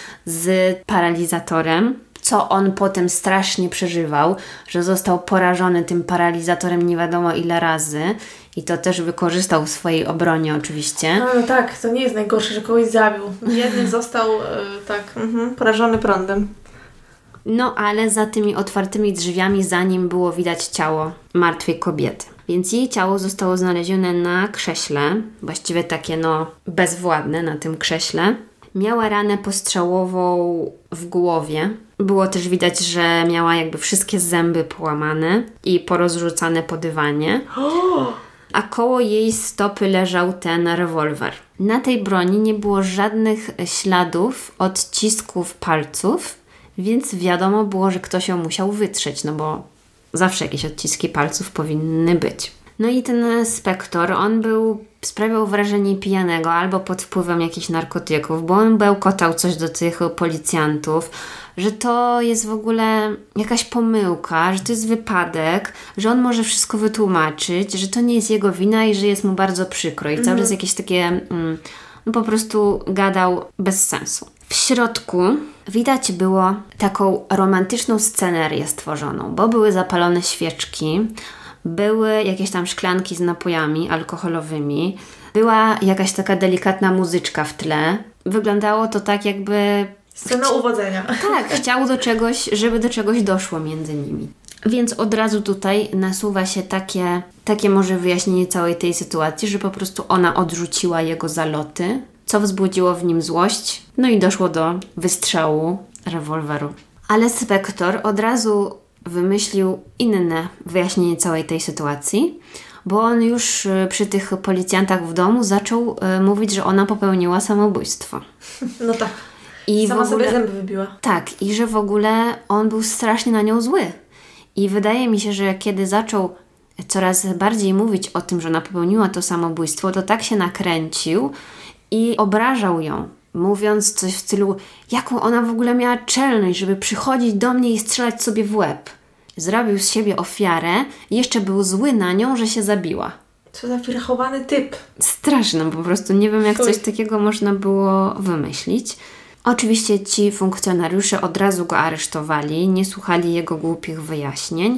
z paralizatorem, co on potem strasznie przeżywał, że został porażony tym paralizatorem nie wiadomo ile razy i to też wykorzystał w swojej obronie oczywiście. No tak, to nie jest najgorsze, że kogoś zabił. Jeden został porażony prądem. No ale za tymi otwartymi drzwiami za nim było widać ciało martwej kobiety. Więc jej ciało zostało znalezione na krześle, właściwie takie bezwładne na tym krześle. Miała ranę postrzałową w głowie. Było też widać, że miała jakby wszystkie zęby połamane i porozrzucane po dywanie. A koło jej stopy leżał ten rewolwer. Na tej broni nie było żadnych śladów odcisków palców, więc wiadomo było, że ktoś ją musiał wytrzeć, no bo zawsze jakieś odciski palców powinny być. No i ten spektor, on sprawiał wrażenie pijanego albo pod wpływem jakichś narkotyków, bo on bełkotał coś do tych policjantów, że to jest w ogóle jakaś pomyłka, że to jest wypadek, że on może wszystko wytłumaczyć, że to nie jest jego wina i że jest mu bardzo przykro. I cały czas jakieś takie, po prostu gadał bez sensu. W środku widać było taką romantyczną scenerię stworzoną, bo były zapalone świeczki, były jakieś tam szklanki z napojami alkoholowymi, była jakaś taka delikatna muzyczka w tle. Wyglądało to tak jakby... Scena uwodzenia. Tak, chciał do czegoś, żeby do czegoś doszło między nimi. Więc od razu tutaj nasuwa się takie może wyjaśnienie całej tej sytuacji, że po prostu ona odrzuciła jego zaloty, co wzbudziło w nim złość, no i doszło do wystrzału rewolweru. Ale Spektor od razu wymyślił inne wyjaśnienie całej tej sytuacji, bo on już przy tych policjantach w domu zaczął mówić, że ona popełniła samobójstwo. No tak. I sama sobie zęby wybiła. Tak, i że w ogóle on był strasznie na nią zły. I wydaje mi się, że kiedy zaczął coraz bardziej mówić o tym, że ona popełniła to samobójstwo, to tak się nakręcił i obrażał ją, mówiąc coś w stylu, jaką ona w ogóle miała czelność, żeby przychodzić do mnie i strzelać sobie w łeb. Zrobił z siebie ofiarę i jeszcze był zły na nią, że się zabiła. Co za wyrachowany typ. Straszne, po prostu nie wiem, jak coś takiego można było wymyślić. Oczywiście ci funkcjonariusze od razu go aresztowali, nie słuchali jego głupich wyjaśnień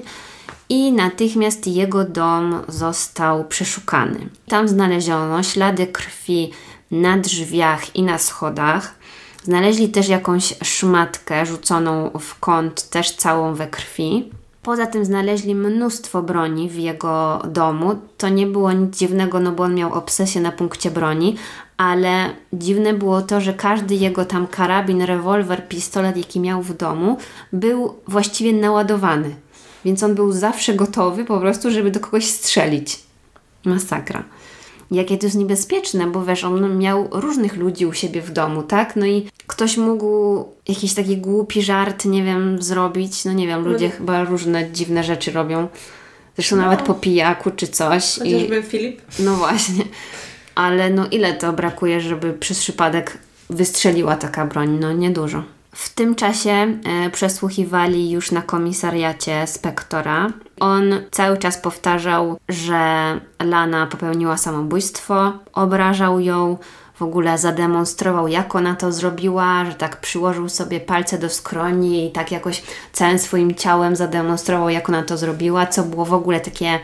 i natychmiast jego dom został przeszukany. Tam znaleziono ślady krwi na drzwiach i na schodach. Znaleźli też jakąś szmatkę rzuconą w kąt, też całą we krwi. Poza tym znaleźli mnóstwo broni w jego domu. To nie było nic dziwnego, no bo on miał obsesję na punkcie broni, ale dziwne było to, że każdy jego tam karabin, rewolwer, pistolet, jaki miał w domu, był właściwie naładowany. Więc on był zawsze gotowy po prostu, żeby do kogoś strzelić. Masakra. Jakie to jest niebezpieczne, bo wiesz, on miał różnych ludzi u siebie w domu, tak? No i ktoś mógł jakiś taki głupi żart, nie wiem, zrobić. No nie wiem, ludzie chyba różne dziwne rzeczy robią. Zresztą nawet po pijaku czy coś. Chociażby Filip. No właśnie. Ale no ile to brakuje, żeby przez przypadek wystrzeliła taka broń? No niedużo. W tym czasie przesłuchiwali już na komisariacie Spektora. On cały czas powtarzał, że Lana popełniła samobójstwo, obrażał ją, w ogóle zademonstrował, jak ona to zrobiła, że tak przyłożył sobie palce do skroni i tak jakoś całym swoim ciałem zademonstrował, jak ona to zrobiła, co było w ogóle takie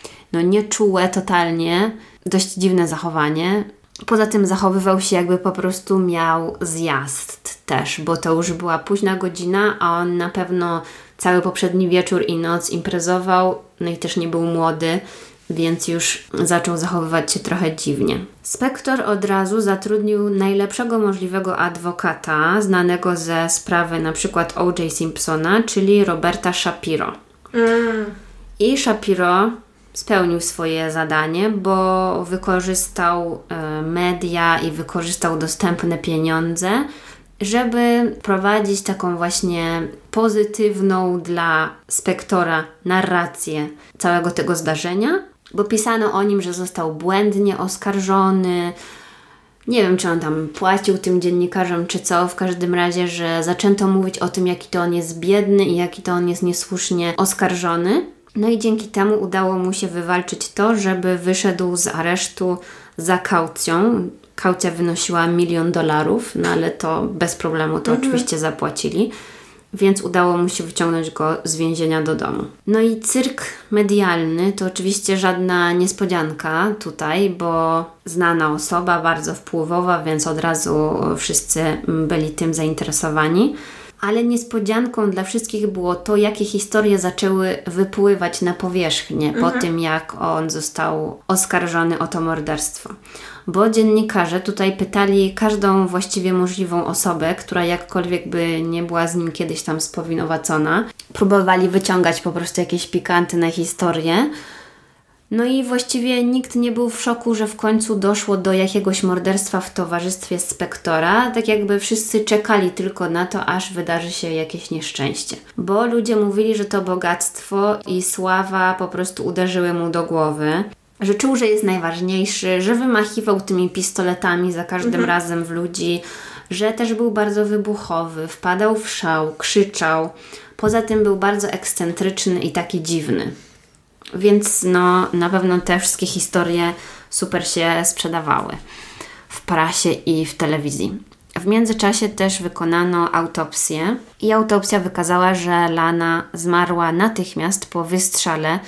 nieczułe totalnie, dość dziwne zachowanie. Poza tym zachowywał się, jakby po prostu miał zjazd też, bo to już była późna godzina, a on na pewno cały poprzedni wieczór i noc imprezował, no i też nie był młody, więc już zaczął zachowywać się trochę dziwnie. Spektor od razu zatrudnił najlepszego możliwego adwokata, znanego ze sprawy na przykład O.J. Simpsona, czyli Roberta Shapiro. I Shapiro spełnił swoje zadanie, bo wykorzystał media i wykorzystał dostępne pieniądze, żeby prowadzić taką właśnie pozytywną dla Spektora narrację całego tego zdarzenia bo pisano o nim, że został błędnie oskarżony. Nie wiem, czy on tam płacił tym dziennikarzom, czy co. W każdym razie, że zaczęto mówić o tym, jaki to on jest biedny i jaki to on jest niesłusznie oskarżony. No i dzięki temu udało mu się wywalczyć to, żeby wyszedł z aresztu za kaucją. Kaucja wynosiła $1 milion, no ale to bez problemu to oczywiście zapłacili. Więc udało mu się wyciągnąć go z więzienia do domu. No i cyrk medialny to oczywiście żadna niespodzianka tutaj, bo znana osoba, bardzo wpływowa, więc od razu wszyscy byli tym zainteresowani. Ale niespodzianką dla wszystkich było to, jakie historie zaczęły wypływać na powierzchnię po tym, jak on został oskarżony o to morderstwo. Bo dziennikarze tutaj pytali każdą właściwie możliwą osobę, która jakkolwiek by nie była z nim kiedyś tam spowinowacona. Próbowali wyciągać po prostu jakieś pikantne historie. No i właściwie nikt nie był w szoku, że w końcu doszło do jakiegoś morderstwa w towarzystwie Spektora. Tak jakby wszyscy czekali tylko na to, aż wydarzy się jakieś nieszczęście. Bo ludzie mówili, że to bogactwo i sława po prostu uderzyły mu do głowy. Że czuł, że jest najważniejszy, że wymachiwał tymi pistoletami za każdym razem w ludzi, że też był bardzo wybuchowy, wpadał w szał, krzyczał. Poza tym był bardzo ekscentryczny i taki dziwny. Więc no, na pewno te wszystkie historie super się sprzedawały w prasie i w telewizji. W międzyczasie też wykonano autopsję i autopsja wykazała, że Lana zmarła natychmiast po wystrzale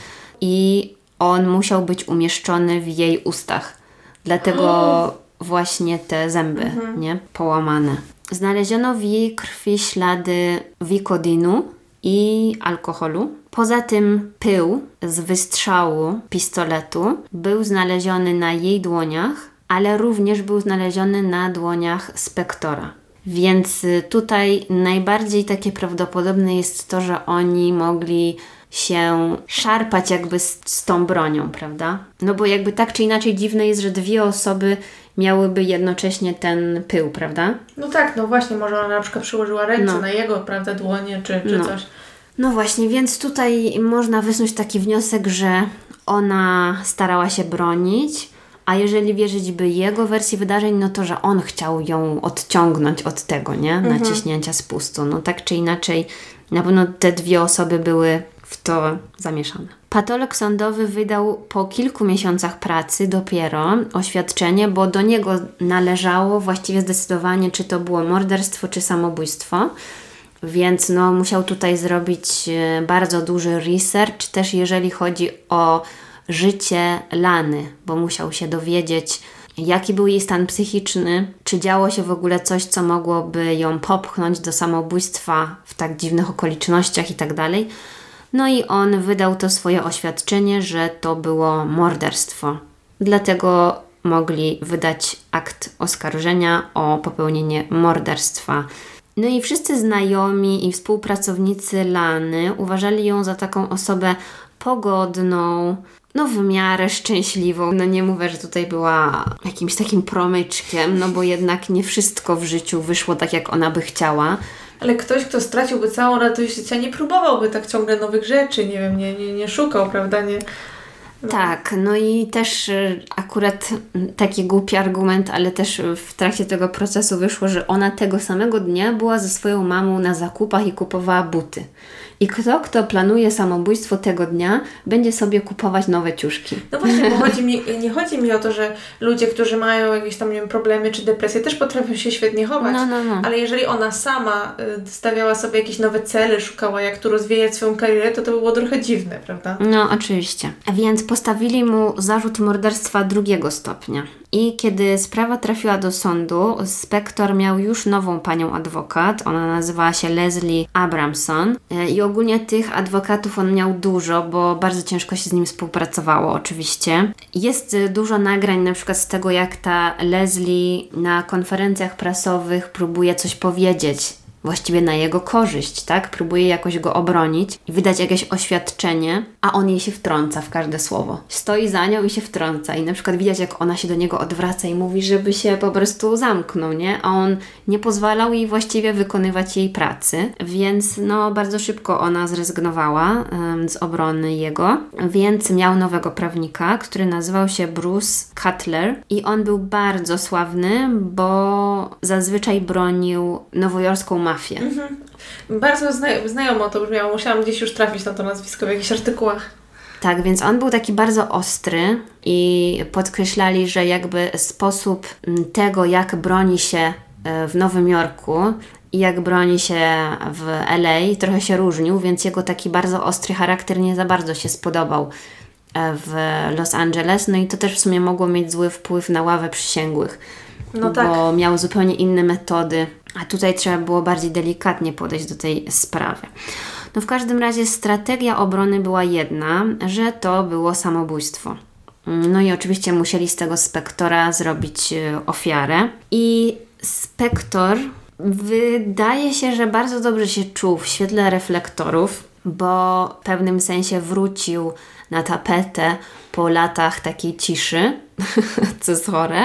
i on musiał być umieszczony w jej ustach. Dlatego właśnie te zęby, nie? Połamane. Znaleziono w jej krwi ślady wikodinu i alkoholu. Poza tym pył z wystrzału pistoletu był znaleziony na jej dłoniach, ale również był znaleziony na dłoniach Spektora. Więc tutaj najbardziej takie prawdopodobne jest to, że oni mogli się szarpać jakby z tą bronią, prawda? No bo jakby tak czy inaczej dziwne jest, że dwie osoby miałyby jednocześnie ten pył, prawda? No tak, no właśnie, może ona na przykład przyłożyła ręce na jego, prawda, dłonie czy coś. No właśnie, więc tutaj można wysnuć taki wniosek, że ona starała się bronić, a jeżeli wierzyć by jego wersji wydarzeń, no to, że on chciał ją odciągnąć od tego, nie? Naciśnięcia spustu. No tak czy inaczej, na pewno te dwie osoby były w to zamieszane. Patolog sądowy wydał po kilku miesiącach pracy dopiero oświadczenie, bo do niego należało właściwie zdecydowanie, czy to było morderstwo, czy samobójstwo. Więc no, musiał tutaj zrobić bardzo duży research, też jeżeli chodzi o życie Lany, bo musiał się dowiedzieć, jaki był jej stan psychiczny, czy działo się w ogóle coś, co mogłoby ją popchnąć do samobójstwa w tak dziwnych okolicznościach i tak dalej. No i on wydał to swoje oświadczenie, że to było morderstwo. Dlatego mogli wydać akt oskarżenia o popełnienie morderstwa. No i wszyscy znajomi i współpracownicy Lany uważali ją za taką osobę pogodną, no w miarę szczęśliwą. No nie mówię, że tutaj była jakimś takim promyczkiem, no bo jednak nie wszystko w życiu wyszło tak, jak ona by chciała. Ale ktoś, kto straciłby całą radość życia, nie próbowałby tak ciągle nowych rzeczy, nie wiem, nie szukał, prawda, nie... No. Tak, no i też akurat taki głupi argument, ale też w trakcie tego procesu wyszło, że ona tego samego dnia była ze swoją mamą na zakupach i kupowała buty. I kto planuje samobójstwo tego dnia, będzie sobie kupować nowe ciuszki. No właśnie, bo nie chodzi mi o to, że ludzie, którzy mają jakieś tam, nie wiem, problemy czy depresje, też potrafią się świetnie chować. No. Ale jeżeli ona sama stawiała sobie jakieś nowe cele, szukała jak tu rozwijać swoją karierę, to by było trochę dziwne, prawda? No, oczywiście. Więc postawili mu zarzut morderstwa 2. stopnia. I kiedy sprawa trafiła do sądu, Spektor miał już nową panią adwokat. Ona nazywała się Leslie Abramson. I ogólnie tych adwokatów on miał dużo, bo bardzo ciężko się z nim współpracowało oczywiście. Jest dużo nagrań na przykład z tego, jak ta Leslie na konferencjach prasowych próbuje coś powiedzieć właściwie na jego korzyść, tak? Próbuje jakoś go obronić i wydać jakieś oświadczenie, a on jej się wtrąca w każde słowo. Stoi za nią i się wtrąca i na przykład widać, jak ona się do niego odwraca i mówi, żeby się po prostu zamknął, nie? A on nie pozwalał jej właściwie wykonywać jej pracy, więc no bardzo szybko ona zrezygnowała z obrony jego, więc miał nowego prawnika, który nazywał się Bruce Cutler i on był bardzo sławny, bo zazwyczaj bronił nowojorską mafię. Bardzo znajomo to brzmiało. Musiałam gdzieś już trafić na to nazwisko w jakichś artykułach. Tak, więc on był taki bardzo ostry i podkreślali, że jakby sposób tego, jak broni się w Nowym Jorku i jak broni się w LA trochę się różnił, więc jego taki bardzo ostry charakter nie za bardzo się spodobał w Los Angeles. No i to też w sumie mogło mieć zły wpływ na ławę przysięgłych, bo miał zupełnie inne metody, a tutaj trzeba było bardziej delikatnie podejść do tej sprawy. No w każdym razie strategia obrony była jedna, że to było samobójstwo. No i oczywiście musieli z tego Spektora zrobić ofiarę. I Spektor wydaje się, że bardzo dobrze się czuł w świetle reflektorów, bo w pewnym sensie wrócił na tapetę po latach takiej ciszy, co jest chore.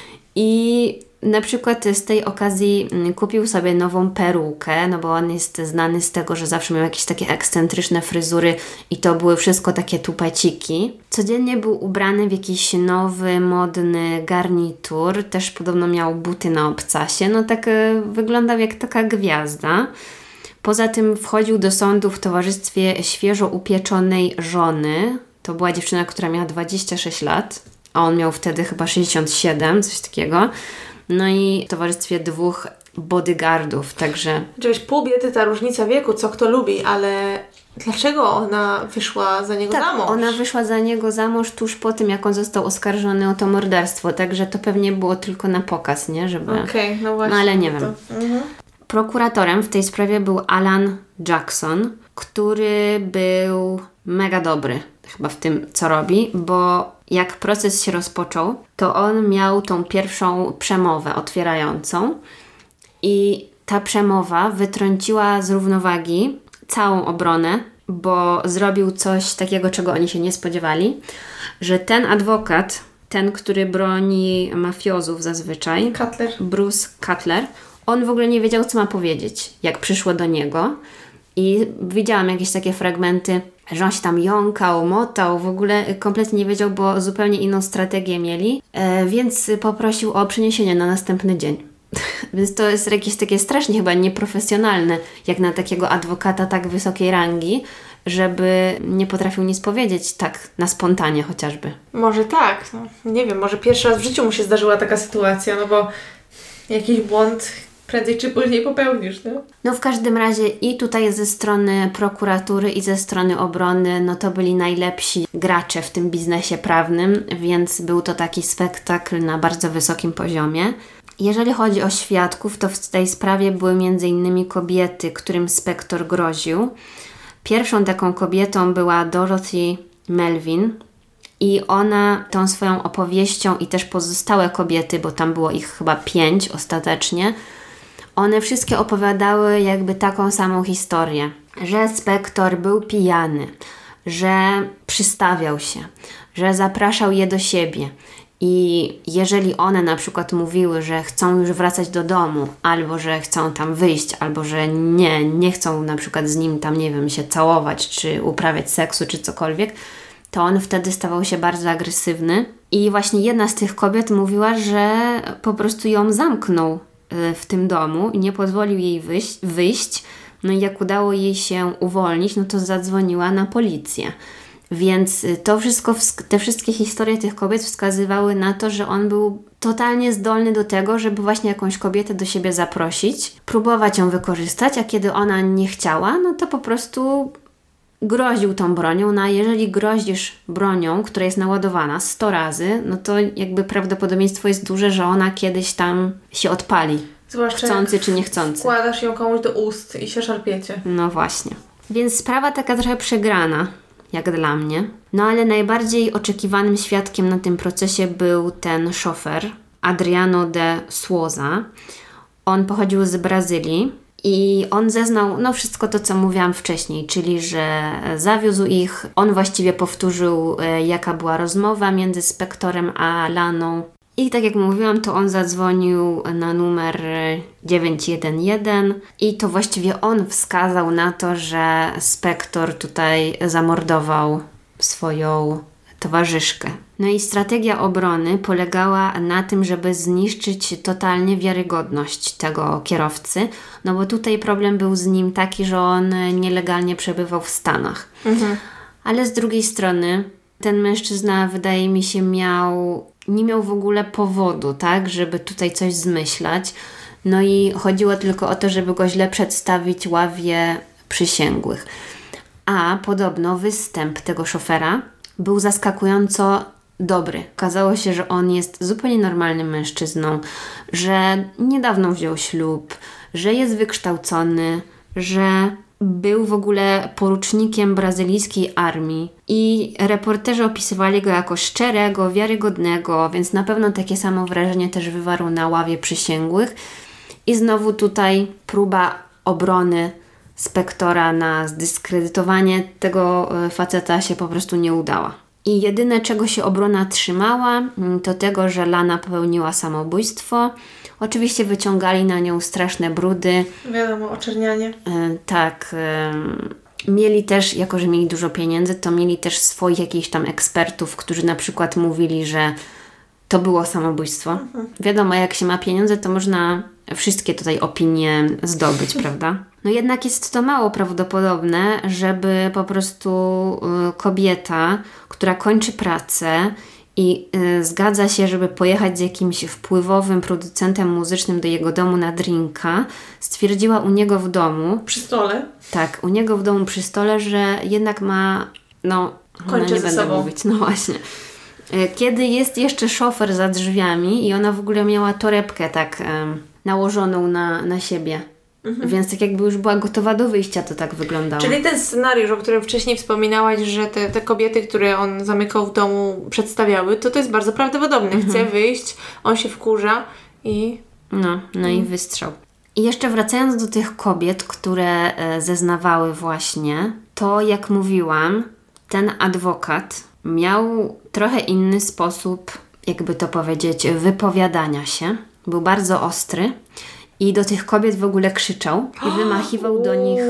I na przykład z tej okazji kupił sobie nową perukę, no bo on jest znany z tego, że zawsze miał jakieś takie ekscentryczne fryzury i to były wszystko takie tupeciki. Codziennie był ubrany w jakiś nowy, modny garnitur, też podobno miał buty na obcasie, no tak wyglądał jak taka gwiazda. Poza tym wchodził do sądu w towarzystwie świeżo upieczonej żony. To była dziewczyna, która miała 26 lat, a on miał wtedy chyba 67, coś takiego. No i w towarzystwie 2 bodyguardów, także... Oczywiście pół biedy ta różnica wieku, co kto lubi, ale dlaczego ona wyszła za niego za mąż? Ona wyszła za niego za mąż tuż po tym, jak on został oskarżony o to morderstwo, także to pewnie było tylko na pokaz, nie? Żeby... Okej, no właśnie. No ale nie wiem. Prokuratorem w tej sprawie był Alan Jackson, który był mega dobry chyba w tym, co robi, bo jak proces się rozpoczął, to on miał tą pierwszą przemowę otwierającą i ta przemowa wytrąciła z równowagi całą obronę, bo zrobił coś takiego, czego oni się nie spodziewali, że ten adwokat, ten, który broni mafiozów zazwyczaj, Bruce Cutler, on w ogóle nie wiedział, co ma powiedzieć, jak przyszło do niego. I widziałam jakieś takie fragmenty, że on się tam jąkał, motał, w ogóle kompletnie nie wiedział, bo zupełnie inną strategię mieli, więc poprosił o przeniesienie na następny dzień. Więc to jest jakieś takie strasznie chyba nieprofesjonalne, jak na takiego adwokata tak wysokiej rangi, żeby nie potrafił nic powiedzieć tak na spontanie chociażby. Może tak, no, nie wiem, może pierwszy raz w życiu mu się zdarzyła taka sytuacja, no bo jakiś błąd prędzej czy później popełnisz, no? No w każdym razie i tutaj ze strony prokuratury i ze strony obrony, no to byli najlepsi gracze w tym biznesie prawnym, więc był to taki spektakl na bardzo wysokim poziomie. Jeżeli chodzi o świadków, to w tej sprawie były m.in. kobiety, którym Spektor groził. Pierwszą taką kobietą była Dorothy Melvin i ona tą swoją opowieścią i też pozostałe kobiety, bo tam było ich chyba 5 ostatecznie, one wszystkie opowiadały jakby taką samą historię, że Spektor był pijany, że przystawiał się, że zapraszał je do siebie i jeżeli one na przykład mówiły, że chcą już wracać do domu, albo że chcą tam wyjść, albo że nie chcą na przykład z nim tam, nie wiem, się całować, czy uprawiać seksu, czy cokolwiek, to on wtedy stawał się bardzo agresywny i właśnie jedna z tych kobiet mówiła, że po prostu ją zamknął w tym domu i nie pozwolił jej wyjść. No i jak udało jej się uwolnić, no to zadzwoniła na policję. Więc to wszystko, te wszystkie historie tych kobiet wskazywały na to, że on był totalnie zdolny do tego, żeby właśnie jakąś kobietę do siebie zaprosić, próbować ją wykorzystać, a kiedy ona nie chciała, no to po prostu groził tą bronią. No a jeżeli grozisz bronią, która jest naładowana 100 razy, no to jakby prawdopodobieństwo jest duże, że ona kiedyś tam się odpali. Zwłaszcza chcący czy niechcący. Wkładasz ją komuś do ust i się szarpiecie. No właśnie. Więc sprawa taka trochę przegrana, jak dla mnie. No ale najbardziej oczekiwanym świadkiem na tym procesie był ten szofer, Adriano de Souza. On pochodził z Brazylii I on zeznał, no wszystko to, co mówiłam wcześniej, czyli, że zawiózł ich. On właściwie powtórzył, jaka była rozmowa między Spektorem a Laną. I tak jak mówiłam, to on zadzwonił na numer 911 i to właściwie on wskazał na to, że Spektor tutaj zamordował swoją towarzyszkę. No i strategia obrony polegała na tym, żeby zniszczyć totalnie wiarygodność tego kierowcy, no bo tutaj problem był z nim taki, że on nielegalnie przebywał w Stanach. Ale z drugiej strony ten mężczyzna, wydaje mi się, nie miał w ogóle powodu, tak, żeby tutaj coś zmyślać. No i chodziło tylko o to, żeby go źle przedstawić ławie przysięgłych. A podobno występ tego szofera był zaskakująco dobry. Okazało się, że on jest zupełnie normalnym mężczyzną, że niedawno wziął ślub, że jest wykształcony, że był w ogóle porucznikiem brazylijskiej armii i reporterzy opisywali go jako szczerego, wiarygodnego, więc na pewno takie samo wrażenie też wywarł na ławie przysięgłych. I znowu tutaj próba obrony Spektora na zdyskredytowanie tego faceta się po prostu nie udała. I jedyne, czego się obrona trzymała, to tego, że Lana popełniła samobójstwo. Oczywiście wyciągali na nią straszne brudy. Wiadomo, oczernianie. Tak. Mieli też, jako że mieli dużo pieniędzy, to mieli też swoich jakichś tam ekspertów, którzy na przykład mówili, że to było samobójstwo. Wiadomo, jak się ma pieniądze, to można wszystkie tutaj opinie zdobyć, prawda? No jednak jest to mało prawdopodobne, żeby po prostu kobieta, która kończy pracę i zgadza się, żeby pojechać z jakimś wpływowym producentem muzycznym do jego domu na drinka, stwierdziła u niego w domu... Przy stole? Tak, u niego w domu przy stole, że jednak ma... No, kończę nie ze będę sobą. mówić, no właśnie. Kiedy jest jeszcze szofer za drzwiami i ona w ogóle miała torebkę tak nałożoną na siebie. Więc tak jakby już była gotowa do wyjścia, to tak wyglądało. Czyli ten scenariusz, o którym wcześniej wspominałaś, że te kobiety, które on zamykał w domu, przedstawiały, to jest bardzo prawdopodobne. Chce wyjść, on się wkurza i... No i wystrzał. I jeszcze wracając do tych kobiet, które zeznawały właśnie, to jak mówiłam, ten adwokat miał trochę inny sposób, jakby to powiedzieć, wypowiadania się. Był bardzo ostry i do tych kobiet w ogóle krzyczał i wymachiwał do nich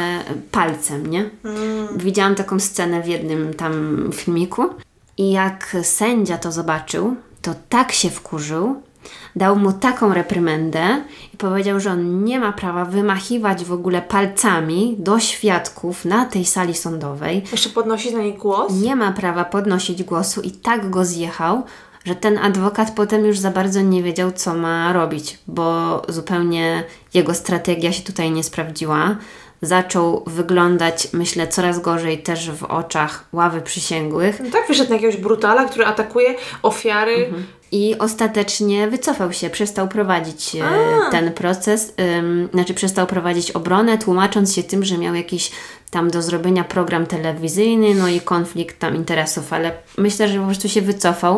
palcem, nie? Widziałam taką scenę w jednym tam filmiku i jak sędzia to zobaczył, to tak się wkurzył, dał mu taką reprymendę i powiedział, że on nie ma prawa wymachiwać w ogóle palcami do świadków na tej sali sądowej. Jeszcze podnosić na nich głos? Nie ma prawa podnosić głosu i tak go zjechał, że ten adwokat potem już za bardzo nie wiedział, co ma robić, bo zupełnie jego strategia się tutaj nie sprawdziła. Zaczął wyglądać, myślę, coraz gorzej też w oczach ławy przysięgłych. No tak, wyszedł na jakiegoś brutala, który atakuje ofiary. I ostatecznie wycofał się, przestał prowadzić ten proces, przestał prowadzić obronę, tłumacząc się tym, że miał jakiś tam do zrobienia program telewizyjny, no i konflikt tam interesów, ale myślę, że po prostu się wycofał,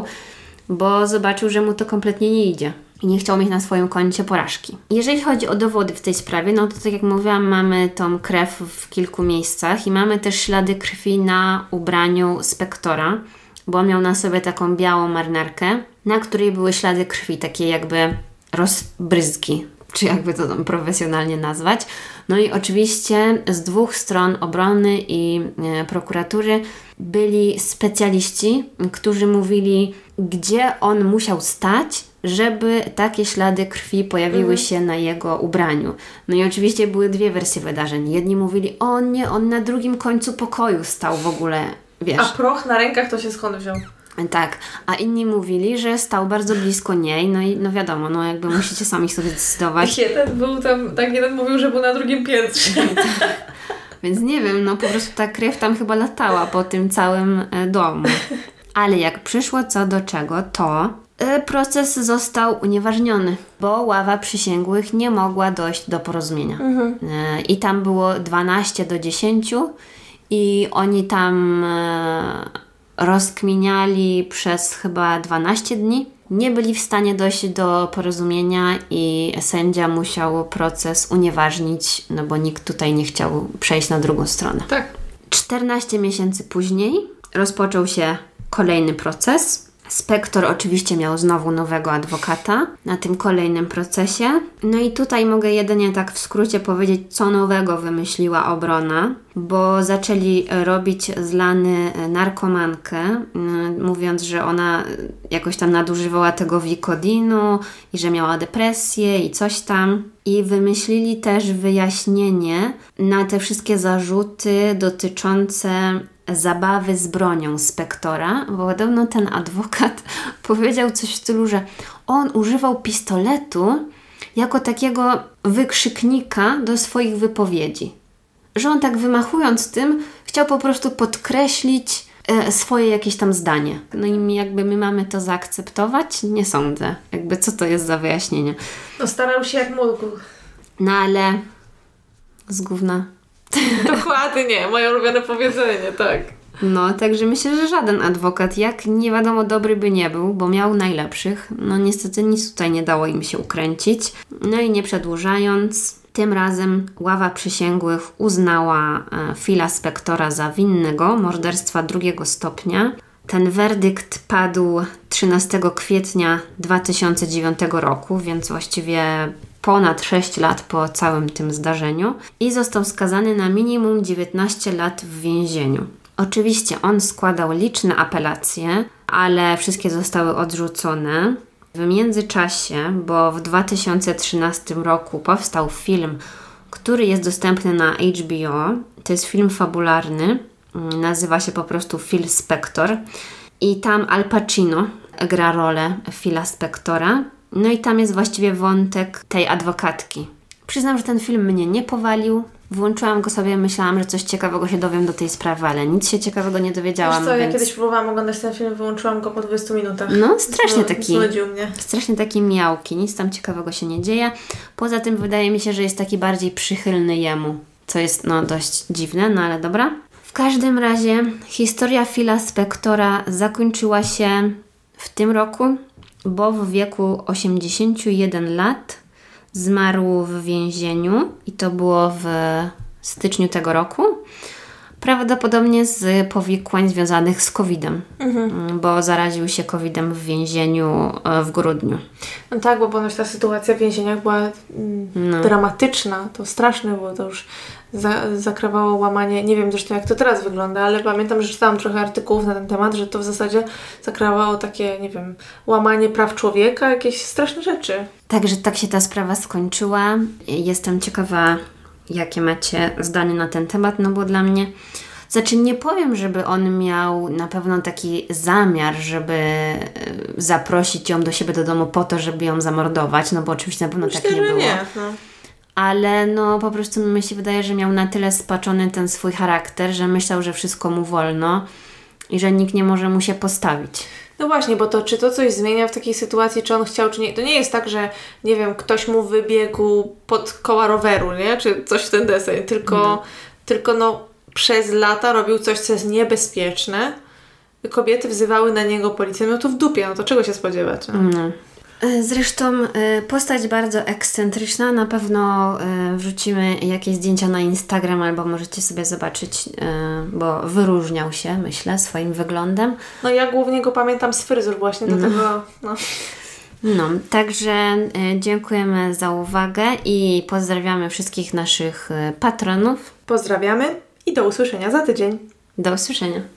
bo zobaczył, że mu to kompletnie nie idzie i nie chciał mieć na swoim koncie porażki. Jeżeli chodzi o dowody w tej sprawie, no to tak jak mówiłam, mamy tą krew w kilku miejscach i mamy też ślady krwi na ubraniu Spektora, bo on miał na sobie taką białą marynarkę, na której były ślady krwi, takie jakby rozbryzgi, czy jakby to tam profesjonalnie nazwać. No i oczywiście z dwóch stron obrony i prokuratury byli specjaliści, którzy mówili, gdzie on musiał stać, żeby takie ślady krwi pojawiły się na jego ubraniu. No i oczywiście były dwie wersje wydarzeń. Jedni mówili, o nie, on na drugim końcu pokoju stał w ogóle, wiesz. A proch na rękach to się skąd wziął? Tak, a inni mówili, że stał bardzo blisko niej, no i no wiadomo, no jakby musicie sami sobie zdecydować. Jeden mówił, że był na drugim piętrze. Więc nie wiem, no po prostu ta krew tam chyba latała po tym całym domu. Ale jak przyszło co do czego, to proces został unieważniony, bo ława przysięgłych nie mogła dojść do porozumienia. I tam było 12-10 i oni tam rozkminiali przez chyba 12 dni nie byli w stanie dojść do porozumienia i sędzia musiał proces unieważnić, no bo nikt tutaj nie chciał przejść na drugą stronę. Tak. 14 miesięcy później rozpoczął się kolejny proces. Spektor oczywiście miał znowu nowego adwokata na tym kolejnym procesie. No i tutaj mogę jedynie tak w skrócie powiedzieć, co nowego wymyśliła obrona, bo zaczęli robić z Lany narkomankę, mówiąc, że ona jakoś tam nadużywała tego Vicodinu i że miała depresję i coś tam. I wymyślili też wyjaśnienie na te wszystkie zarzuty dotyczące zabawy z bronią Spektora, bo podobno ten adwokat powiedział coś w stylu, że on używał pistoletu jako takiego wykrzyknika do swoich wypowiedzi. Że on tak wymachując tym chciał po prostu podkreślić swoje jakieś tam zdanie. No i jakby my mamy to zaakceptować? Nie sądzę. Jakby co to jest za wyjaśnienie? No starał się jak mógł. No ale z gówna. Dokładnie, moje ulubione powiedzenie, tak. No, także myślę, że żaden adwokat, jak nie wiadomo dobry by nie był, bo miał najlepszych. No niestety nic tutaj nie dało im się ukręcić. No i nie przedłużając, tym razem ława przysięgłych uznała Phila Spektora za winnego morderstwa 2. stopnia. Ten werdykt padł 13 kwietnia 2009 roku, więc właściwie ponad 6 lat po całym tym zdarzeniu i został skazany na minimum 19 lat w więzieniu. Oczywiście on składał liczne apelacje, ale wszystkie zostały odrzucone. W międzyczasie, bo w 2013 roku powstał film, który jest dostępny na HBO. To jest film fabularny, nazywa się po prostu Phil Spector i tam Al Pacino gra rolę Phila Spectora. No i tam jest właściwie wątek tej adwokatki. Przyznam, że ten film mnie nie powalił. Włączyłam go sobie, myślałam, że coś ciekawego się dowiem do tej sprawy, ale nic się ciekawego nie dowiedziałam. Wiesz co, ja więc... kiedyś próbowałam oglądać ten film, wyłączyłam go po 20 minutach. No, strasznie mnie. Strasznie taki miałki, nic tam ciekawego się nie dzieje. Poza tym wydaje mi się, że jest taki bardziej przychylny jemu, co jest no dość dziwne, no ale dobra. W każdym razie historia Phila Spectora zakończyła się w tym roku, bo w wieku 81 lat zmarł w więzieniu i to było w styczniu tego roku. Prawdopodobnie z powikłań związanych z COVID-em, bo zaraził się COVID-em w więzieniu w grudniu. No tak, bo ponoć ta sytuacja w więzieniach była dramatyczna. To straszne było, to już zakrawało łamanie, nie wiem zresztą jak to teraz wygląda, ale pamiętam, że czytałam trochę artykułów na ten temat, że to w zasadzie zakrawało takie, nie wiem, łamanie praw człowieka, jakieś straszne rzeczy. Także tak się ta sprawa skończyła. Jestem ciekawa, jakie macie zdanie na ten temat, no bo dla mnie, nie powiem, żeby on miał na pewno taki zamiar, żeby zaprosić ją do siebie do domu po to, żeby ją zamordować, no bo oczywiście na pewno tak nie było. Nie, no. Ale no po prostu mi się wydaje, że miał na tyle spaczony ten swój charakter, że myślał, że wszystko mu wolno i że nikt nie może mu się postawić. No właśnie, bo to czy to coś zmienia w takiej sytuacji, czy on chciał, czy nie. To nie jest tak, że nie wiem, ktoś mu wybiegł pod koła roweru, nie? Czy coś w ten deseń, tylko przez lata robił coś, co jest niebezpieczne. Kobiety wzywały na niego policję, no to w dupie, no to czego się spodziewać? No? Zresztą postać bardzo ekscentryczna, na pewno wrzucimy jakieś zdjęcia na Instagram albo możecie sobie zobaczyć, bo wyróżniał się, myślę, swoim wyglądem. No ja głównie go pamiętam z fryzur właśnie, dlatego No, także dziękujemy za uwagę i pozdrawiamy wszystkich naszych patronów. Pozdrawiamy i do usłyszenia za tydzień. Do usłyszenia.